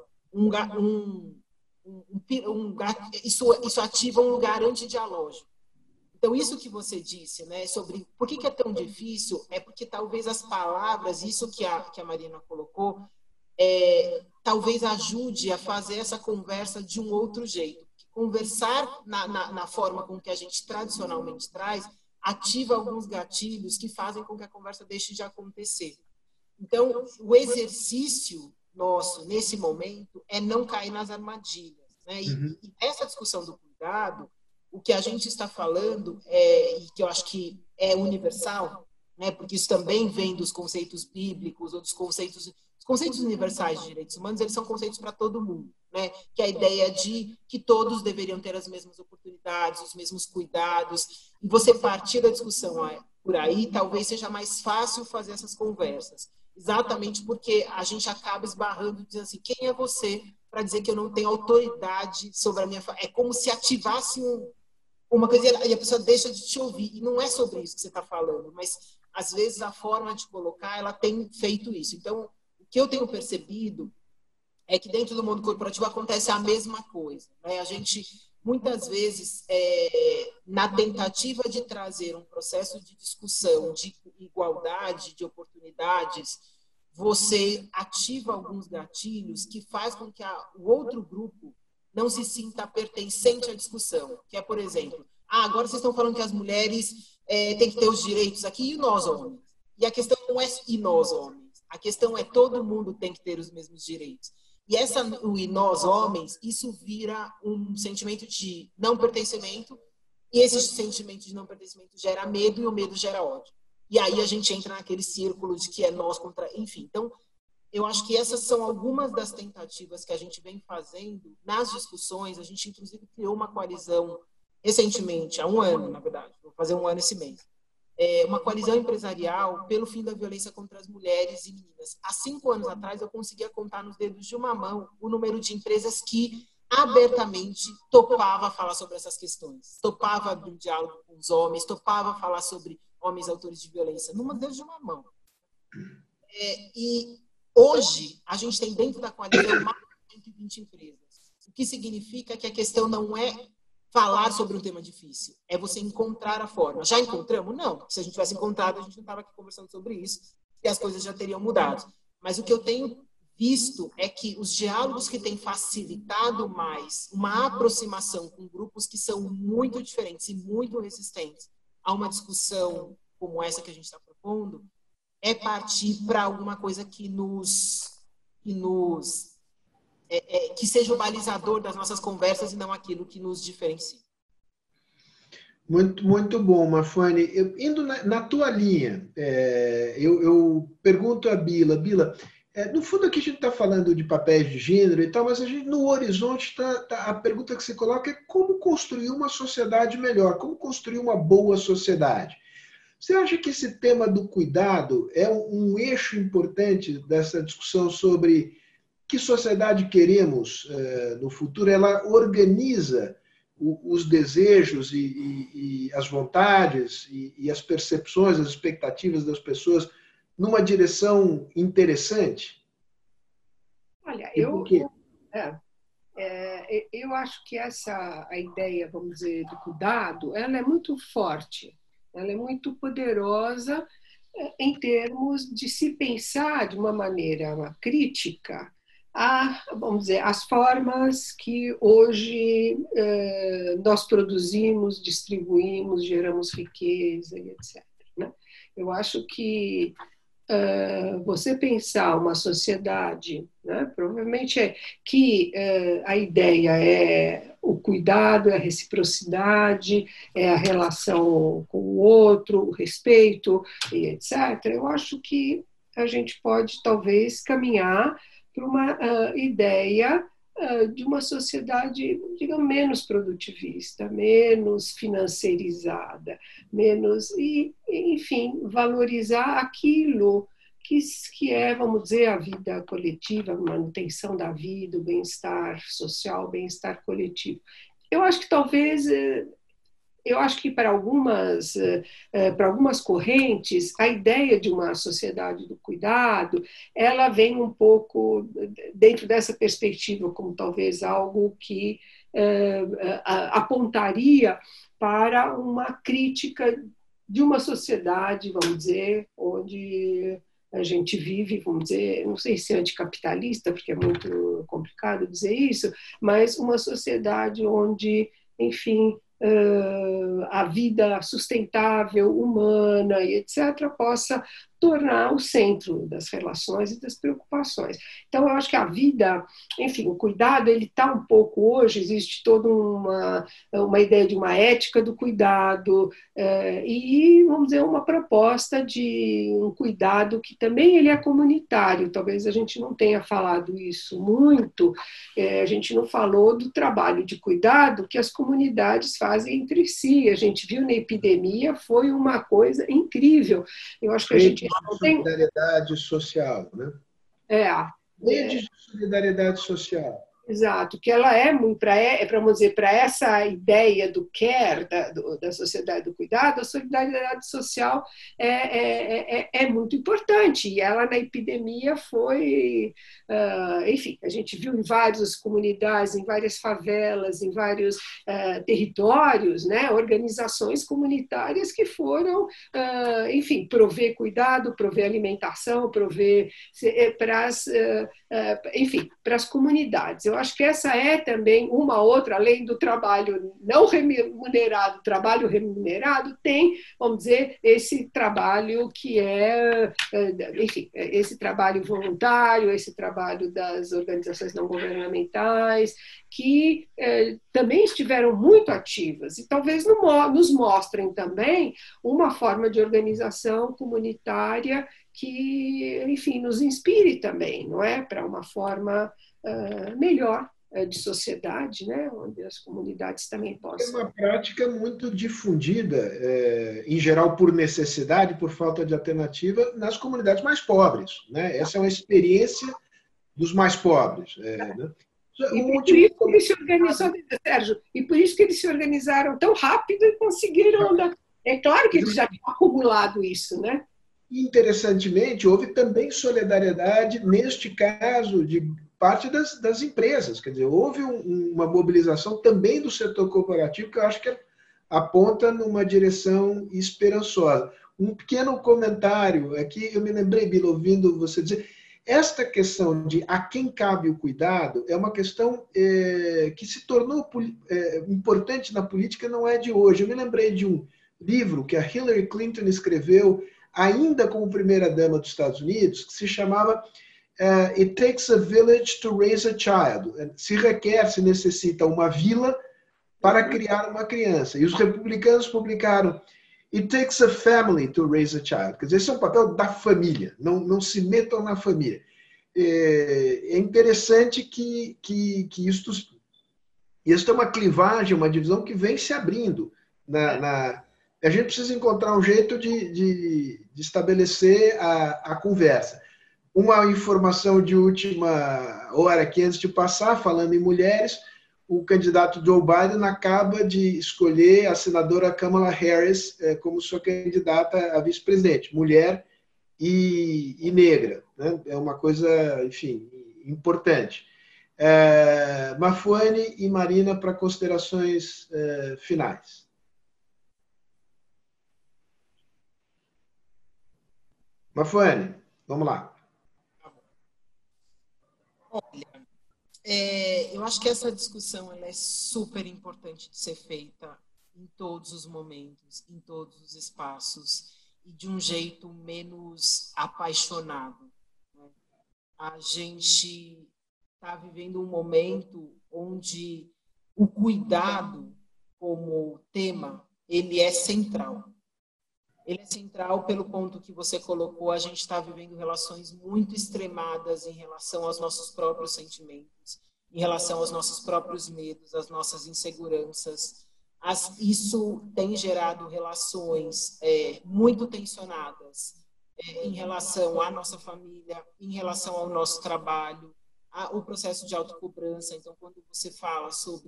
isso ativa um lugar antidialógico. Então, isso que você disse, né, sobre por que é tão difícil, é porque talvez as palavras, isso que a Marina colocou, talvez ajude a fazer essa conversa de um outro jeito. Conversar na forma com que a gente tradicionalmente traz, ativa alguns gatilhos que fazem com que a conversa deixe de acontecer. Então, o exercício nosso, nesse momento, é não cair nas armadilhas, né? E essa discussão do cuidado, o que a gente está falando, e que eu acho que é universal, né? Porque isso também vem dos conceitos bíblicos, ou dos conceitos universais de direitos humanos, eles são conceitos para todo mundo, né? Que é a ideia de que todos deveriam ter as mesmas oportunidades, os mesmos cuidados, e você partir da discussão por aí, talvez seja mais fácil fazer essas conversas. Exatamente porque a gente acaba esbarrando, dizendo assim, quem é você para dizer que eu não tenho autoridade sobre a minha família? É como se ativasse uma coisa e a pessoa deixa de te ouvir. E não é sobre isso que você está falando, mas às vezes a forma de colocar, ela tem feito isso. Então, o que eu tenho percebido é que dentro do mundo corporativo acontece a mesma coisa, né? A gente, muitas vezes, na tentativa de trazer um processo de discussão, de igualdade, de oportunidades, você ativa alguns gatilhos que faz com que o outro grupo não se sinta pertencente à discussão. Que é, por exemplo, agora vocês estão falando que as mulheres têm que ter os direitos aqui e nós, homens. E a questão não é e nós, homens. A questão é todo mundo tem que ter os mesmos direitos. E o e nós, homens, isso vira um sentimento de não pertencimento, e esse sentimento de não pertencimento gera medo, e o medo gera ódio. E aí a gente entra naquele círculo de que é nós contra... Enfim, então, eu acho que essas são algumas das tentativas que a gente vem fazendo nas discussões. A gente, inclusive, criou uma coalizão recentemente, há um ano, na verdade, vou fazer um ano esse mês, uma coalizão empresarial pelo fim da violência contra as mulheres e meninas. Há 5 anos atrás, eu conseguia contar nos dedos de uma mão o número de empresas que abertamente topava falar sobre essas questões, topava abrir um diálogo com os homens, topava falar sobre homens autores de violência, numa dedos de uma mão. E hoje, a gente tem dentro da coalizão mais de 120 empresas, o que significa que a questão não é falar sobre um tema difícil, é você encontrar a forma. Já encontramos? Não. Se a gente tivesse encontrado, a gente não estava aqui conversando sobre isso e as coisas já teriam mudado. Mas o que eu tenho visto é que os diálogos que têm facilitado mais uma aproximação com grupos que são muito diferentes e muito resistentes a uma discussão como essa que a gente está propondo, é partir para alguma coisa que seja o balizador das nossas conversas e não aquilo que nos diferencia. Muito, muito bom, Mafone. Indo na tua linha, eu pergunto a Bila, no fundo aqui a gente está falando de papéis de gênero e tal, mas no horizonte a pergunta que você coloca é como construir uma sociedade melhor, como construir uma boa sociedade. Você acha que esse tema do cuidado é um eixo importante dessa discussão sobre que sociedade queremos no futuro? Ela organiza os desejos e as vontades e as percepções, as expectativas das pessoas numa direção interessante? Olha, eu acho que a ideia, vamos dizer, do cuidado, ela é muito forte, ela é muito poderosa em termos de se pensar de uma maneira crítica vamos dizer, as formas que hoje nós produzimos, distribuímos, geramos riqueza e etc. Né? Eu acho que você pensar uma sociedade, né, provavelmente que a ideia é o cuidado, é a reciprocidade, é a relação com o outro, o respeito, e etc. Eu acho que a gente pode, talvez, caminhar para uma ideia de uma sociedade, digamos, menos produtivista, menos financeirizada, enfim, valorizar aquilo que é, vamos dizer, a vida coletiva, a manutenção da vida, o bem-estar social, o bem-estar coletivo. Eu acho que talvez eu acho que para algumas correntes, a ideia de uma sociedade do cuidado, ela vem um pouco dentro dessa perspectiva, como talvez algo que apontaria para uma crítica de uma sociedade, vamos dizer, onde a gente vive, vamos dizer, não sei se anticapitalista, porque é muito complicado dizer isso, mas uma sociedade onde, enfim, a vida sustentável, humana e etc., possa tornar o centro das relações e das preocupações. Então, eu acho que a vida, enfim, o cuidado, ele está um pouco hoje, existe toda uma ideia de uma ética do cuidado e, vamos dizer, uma proposta de um cuidado que também ele é comunitário. Talvez a gente não tenha falado isso muito, a gente não falou do trabalho de cuidado que as comunidades fazem entre si. A gente viu na epidemia, foi uma coisa incrível. Eu acho que a gente não tem... solidariedade social, né? Rede de solidariedade social. Exato, que ela é muito para dizer, para essa ideia do care, da sociedade do cuidado, a solidariedade social é muito importante. E ela na epidemia foi, enfim, a gente viu em várias comunidades, em várias favelas, em vários territórios, né, organizações comunitárias que foram, enfim, prover cuidado, prover alimentação, prover enfim, para as comunidades. Eu acho que essa é também uma outra, além do trabalho não remunerado, trabalho remunerado, tem, vamos dizer, esse trabalho que enfim, esse trabalho voluntário, esse trabalho das organizações não governamentais, que também estiveram muito ativas e talvez nos mostrem também uma forma de organização comunitária que, enfim, nos inspire também, não é? Para uma forma melhor de sociedade, né? Onde as comunidades também possam... É uma prática muito difundida, em geral por necessidade, por falta de alternativa, nas comunidades mais pobres, né? Essa é uma experiência dos mais pobres. Né? Sérgio, e por isso que eles se organizaram tão rápido e conseguiram... É claro que eles já tinham acumulado isso, né? Interessantemente, houve também solidariedade, neste caso, de parte das empresas. Quer dizer, houve uma mobilização também do setor corporativo que eu acho que aponta numa direção esperançosa. Um pequeno comentário aqui, eu me lembrei, Bila, ouvindo você dizer, esta questão de a quem cabe o cuidado é uma questão que se tornou importante na política, não é de hoje. Eu me lembrei de um livro que a Hillary Clinton escreveu ainda como primeira-dama dos Estados Unidos, que se chamava It Takes a Village to Raise a Child. Se necessita uma vila para criar uma criança. E os republicanos publicaram It Takes a Family to Raise a Child. Quer dizer, esse é um papel da família, não se metam na família. É interessante que isso é uma clivagem, uma divisão que vem se abrindo a gente precisa encontrar um jeito de estabelecer a conversa. Uma informação de última hora aqui, antes de passar, falando em mulheres, o candidato Joe Biden acaba de escolher a senadora Kamala Harris como sua candidata a vice-presidente, mulher e negra. Né? É uma coisa, enfim, importante. Mafuane e Marina, para considerações finais. Mafuane, vamos lá. Olha, eu acho que essa discussão ela é super importante de ser feita em todos os momentos, em todos os espaços, e de um jeito menos apaixonado. Né? A gente está vivendo um momento onde o cuidado como tema, ele é central. Ele é central pelo ponto que você colocou, a gente está vivendo relações muito extremadas em relação aos nossos próprios sentimentos, em relação aos nossos próprios medos, às nossas inseguranças. Isso tem gerado relações muito tensionadas em relação à nossa família, em relação ao nosso trabalho, o processo de autocobrança. Então, quando você fala sobre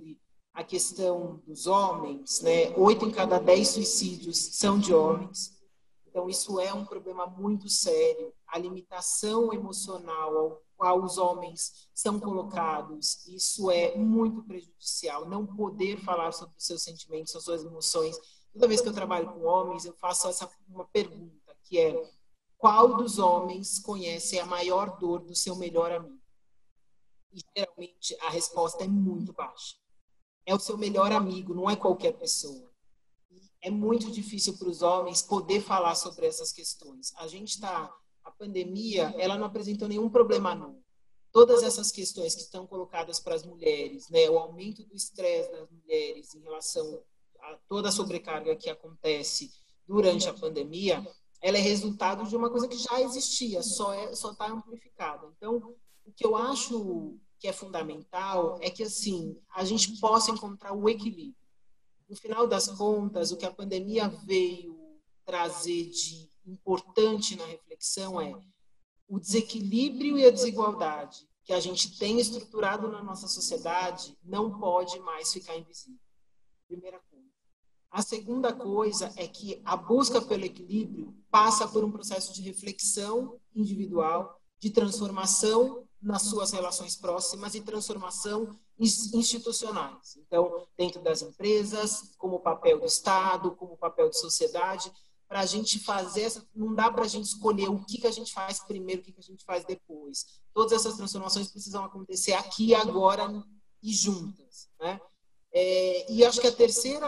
a questão dos homens, né? 8 em cada 10 suicídios são de homens. Então, isso é um problema muito sério. A limitação emocional ao qual os homens são colocados, isso é muito prejudicial. Não poder falar sobre os seus sentimentos, as suas emoções. Toda vez que eu trabalho com homens, eu faço uma pergunta, que é: qual dos homens conhece a maior dor do seu melhor amigo? E, geralmente, a resposta é muito baixa. É o seu melhor amigo, não é qualquer pessoa. É muito difícil para os homens poder falar sobre essas questões. A pandemia, ela não apresentou nenhum problema novo. Todas essas questões que estão colocadas para as mulheres, né, o aumento do estresse das mulheres em relação a toda a sobrecarga que acontece durante a pandemia, ela é resultado de uma coisa que já existia, só está amplificada. Então, o que eu acho que é fundamental é que, assim, a gente possa encontrar o equilíbrio. No final das contas, o que a pandemia veio trazer de importante na reflexão é o desequilíbrio e a desigualdade que a gente tem estruturado na nossa sociedade não pode mais ficar invisível. Primeira coisa. A segunda coisa é que a busca pelo equilíbrio passa por um processo de reflexão individual, de transformação nas suas relações próximas e transformação institucionais. Então, dentro das empresas, como o papel do Estado, como o papel de sociedade, para a gente fazer essa... Não dá para a gente escolher o que a gente faz primeiro, o que a gente faz depois. Todas essas transformações precisam acontecer aqui, agora e juntas, né? E acho que a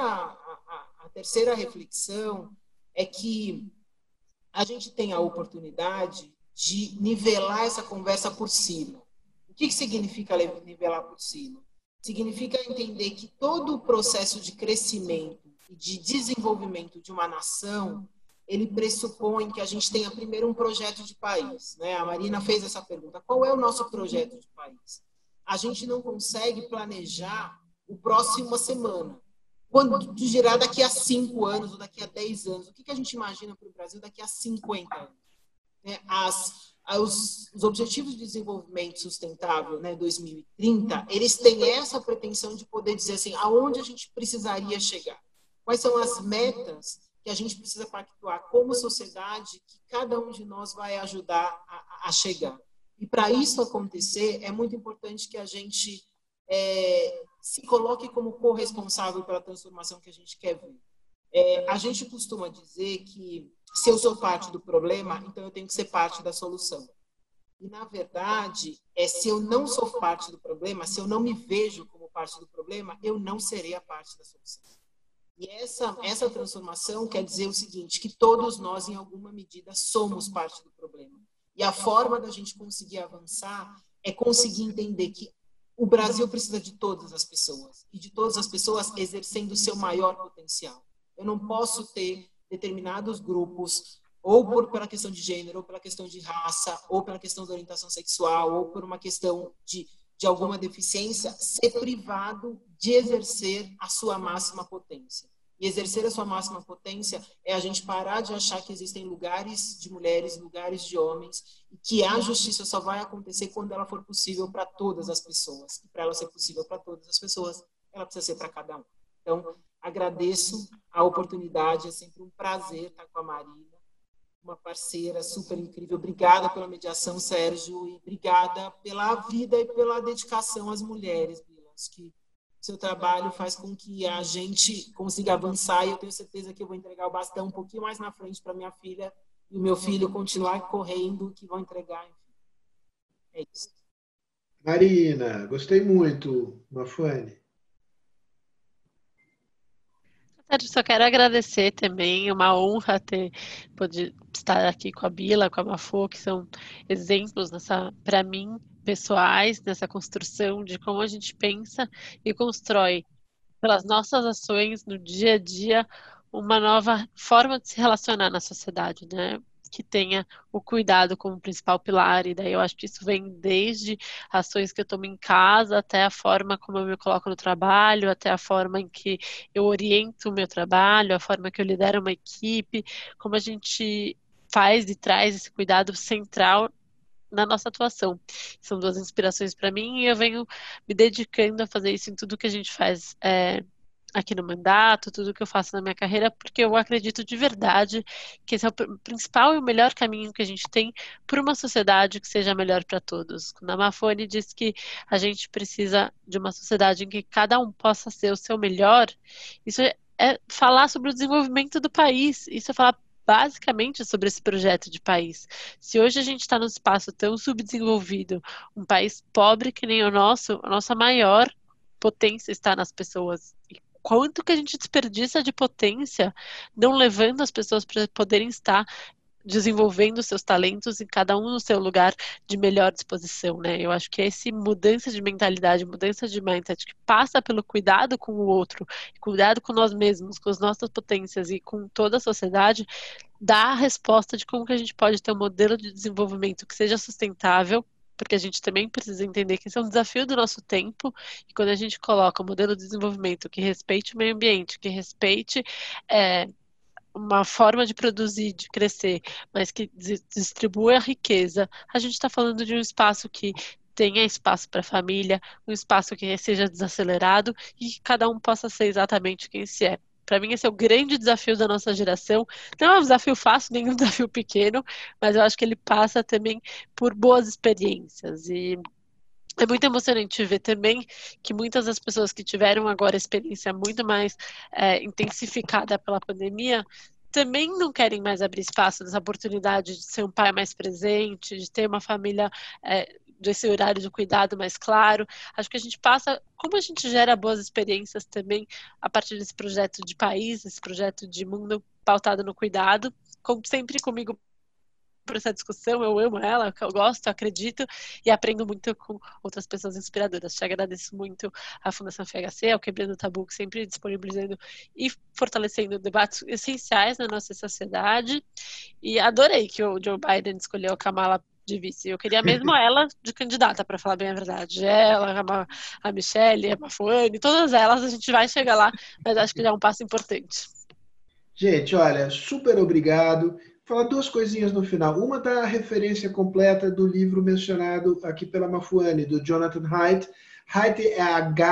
terceira reflexão é que a gente tem a oportunidade de nivelar essa conversa por cima. O que significa nivelar por cima? Significa entender que todo o processo de crescimento e de desenvolvimento de uma nação, ele pressupõe que a gente tenha primeiro um projeto de país, né? A Marina fez essa pergunta: qual é o nosso projeto de país? A gente não consegue planejar o próximo semana. Quando girar daqui a 5 anos ou daqui a 10 anos, o que a gente imagina para o Brasil daqui a 50 anos? Os Objetivos de Desenvolvimento Sustentável, né, 2030, eles têm essa pretensão de poder dizer assim, aonde a gente precisaria chegar. Quais são as metas que a gente precisa pactuar como sociedade, que cada um de nós vai ajudar a chegar. E para isso acontecer, é muito importante que a gente se coloque como corresponsável pela transformação que a gente quer ver. A gente costuma dizer que se eu sou parte do problema, então eu tenho que ser parte da solução. E, na verdade, se eu não sou parte do problema, se eu não me vejo como parte do problema, eu não serei a parte da solução. E essa transformação quer dizer o seguinte, que todos nós, em alguma medida, somos parte do problema. E a forma da gente conseguir avançar é conseguir entender que o Brasil precisa de todas as pessoas, e de todas as pessoas exercendo o seu maior potencial. Eu não posso ter determinados grupos, ou pela questão de gênero, ou pela questão de raça, ou pela questão da orientação sexual, ou por uma questão de alguma deficiência, ser privado de exercer a sua máxima potência. E exercer a sua máxima potência é a gente parar de achar que existem lugares de mulheres, lugares de homens, e que a justiça só vai acontecer quando ela for possível para todas as pessoas. E para ela ser possível para todas as pessoas, ela precisa ser para cada um. Então, agradeço a oportunidade, é sempre um prazer estar com a Marina, uma parceira super incrível. Obrigada pela mediação, Sérgio, e obrigada pela vida e pela dedicação às mulheres, Bila. Acho que seu trabalho faz com que a gente consiga avançar, e eu tenho certeza que eu vou entregar o bastão um pouquinho mais na frente para minha filha e o meu filho continuar correndo, que vão entregar. Enfim. É isso. Marina, gostei muito, Mafane. Eu só quero agradecer também, é uma honra ter podido estar aqui com a Bila, com a Mafô, que são exemplos para mim, pessoais, nessa construção de como a gente pensa e constrói, pelas nossas ações no dia a dia, uma nova forma de se relacionar na sociedade, né? Que tenha o cuidado como principal pilar, e daí eu acho que isso vem desde ações que eu tomo em casa, até a forma como eu me coloco no trabalho, até a forma em que eu oriento o meu trabalho, a forma que eu lidero uma equipe, como a gente faz e traz esse cuidado central na nossa atuação. São duas inspirações para mim e eu venho me dedicando a fazer isso em tudo que a gente faz aqui no mandato, tudo que eu faço na minha carreira, porque eu acredito de verdade que esse é o principal e o melhor caminho que a gente tem por uma sociedade que seja melhor para todos. Quando a Mafone diz que a gente precisa de uma sociedade em que cada um possa ser o seu melhor, isso é falar sobre o desenvolvimento do país, isso é falar basicamente sobre esse projeto de país. Se hoje a gente está num espaço tão subdesenvolvido, um país pobre que nem o nosso, a nossa maior potência está nas pessoas. E quanto que a gente desperdiça de potência não levando as pessoas para poderem estar desenvolvendo seus talentos e cada um no seu lugar de melhor disposição, né? Eu acho que essa mudança de mentalidade, mudança de mindset que passa pelo cuidado com o outro, cuidado com nós mesmos, com as nossas potências e com toda a sociedade, dá a resposta de como que a gente pode ter um modelo de desenvolvimento que seja sustentável, porque a gente também precisa entender que isso é um desafio do nosso tempo, e quando a gente coloca um modelo de desenvolvimento que respeite o meio ambiente, que respeite uma forma de produzir, de crescer, mas que distribua a riqueza, a gente está falando de um espaço que tenha espaço para a família, um espaço que seja desacelerado e que cada um possa ser exatamente quem se é. Para mim, esse é o grande desafio da nossa geração. Não é um desafio fácil, nem um desafio pequeno, mas eu acho que ele passa também por boas experiências. E é muito emocionante ver também que muitas das pessoas que tiveram agora a experiência muito mais intensificada pela pandemia também não querem mais abrir espaço dessa oportunidade de ser um pai mais presente, de ter uma família desse horário de cuidado mais claro. Acho que a gente passa, como a gente gera boas experiências também a partir desse projeto de país, esse projeto de mundo pautado no cuidado, como sempre comigo por essa discussão, eu amo ela, eu gosto, eu acredito e aprendo muito com outras pessoas inspiradoras. Te agradeço muito à Fundação FHC, ao Quebrando o Tabu, que sempre disponibilizando e fortalecendo debates essenciais na nossa sociedade, e adorei que o Joe Biden escolheu a Kamala de vice. Eu queria mesmo ela de candidata, para falar bem a verdade. Ela, a Michelle, a Mafone, todas elas, a gente vai chegar lá, mas acho que já é um passo importante. Gente, olha, super obrigado. Vou falar duas coisinhas no final. Uma da referência completa do livro mencionado aqui pela Mafone, do Jonathan Haidt. Haidt é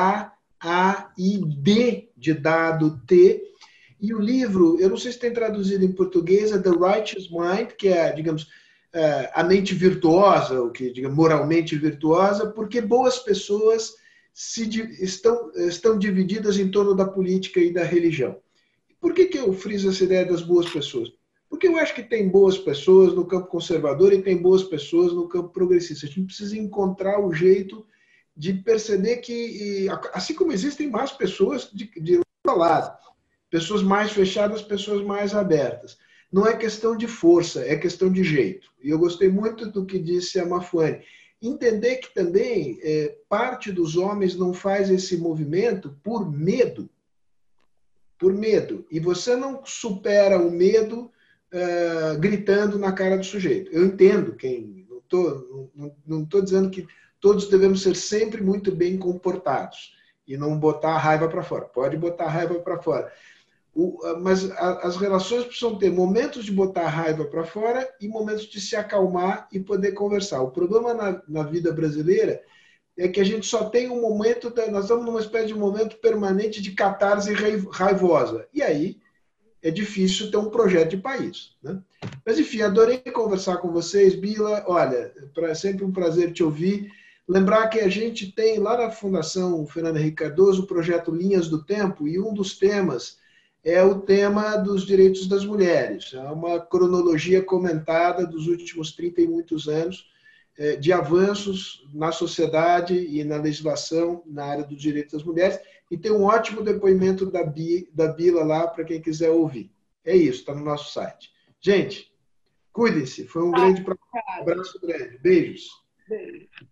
H-A-I-D de dado T. E o livro, eu não sei se tem traduzido em português, é The Righteous Mind, que é, digamos, a mente virtuosa, o que, digamos, moralmente virtuosa, porque boas pessoas estão divididas em torno da política e da religião. Por que eu friso essa ideia das boas pessoas? Porque eu acho que tem boas pessoas no campo conservador e tem boas pessoas no campo progressista. A gente precisa encontrar o jeito de perceber que, assim como existem mais pessoas de lado, pessoas mais fechadas, pessoas mais abertas. Não é questão de força, é questão de jeito. E eu gostei muito do que disse a Mafone. Entender que também parte dos homens não faz esse movimento por medo. Por medo. E você não supera o medo gritando na cara do sujeito. Eu entendo quem... Não estou dizendo que todos devemos ser sempre muito bem comportados e não botar a raiva para fora. Pode botar a raiva para fora. Mas as relações precisam ter momentos de botar a raiva para fora e momentos de se acalmar e poder conversar. O problema na vida brasileira é que a gente só tem um momento, nós estamos numa espécie de momento permanente de catarse raivosa. E aí é difícil ter um projeto de país, né? Mas, enfim, adorei conversar com vocês. Bila, olha, é sempre um prazer te ouvir. Lembrar que a gente tem lá na Fundação Fernando Henrique Cardoso o projeto Linhas do Tempo, e um dos temas é o tema dos direitos das mulheres. É uma cronologia comentada dos últimos 30 e muitos anos de avanços na sociedade e na legislação na área dos direitos das mulheres, e tem um ótimo depoimento da Bila lá para quem quiser ouvir. É isso, está no nosso site. Gente, cuidem-se, foi um grande prazer, um abraço grande, beijos. Beijo.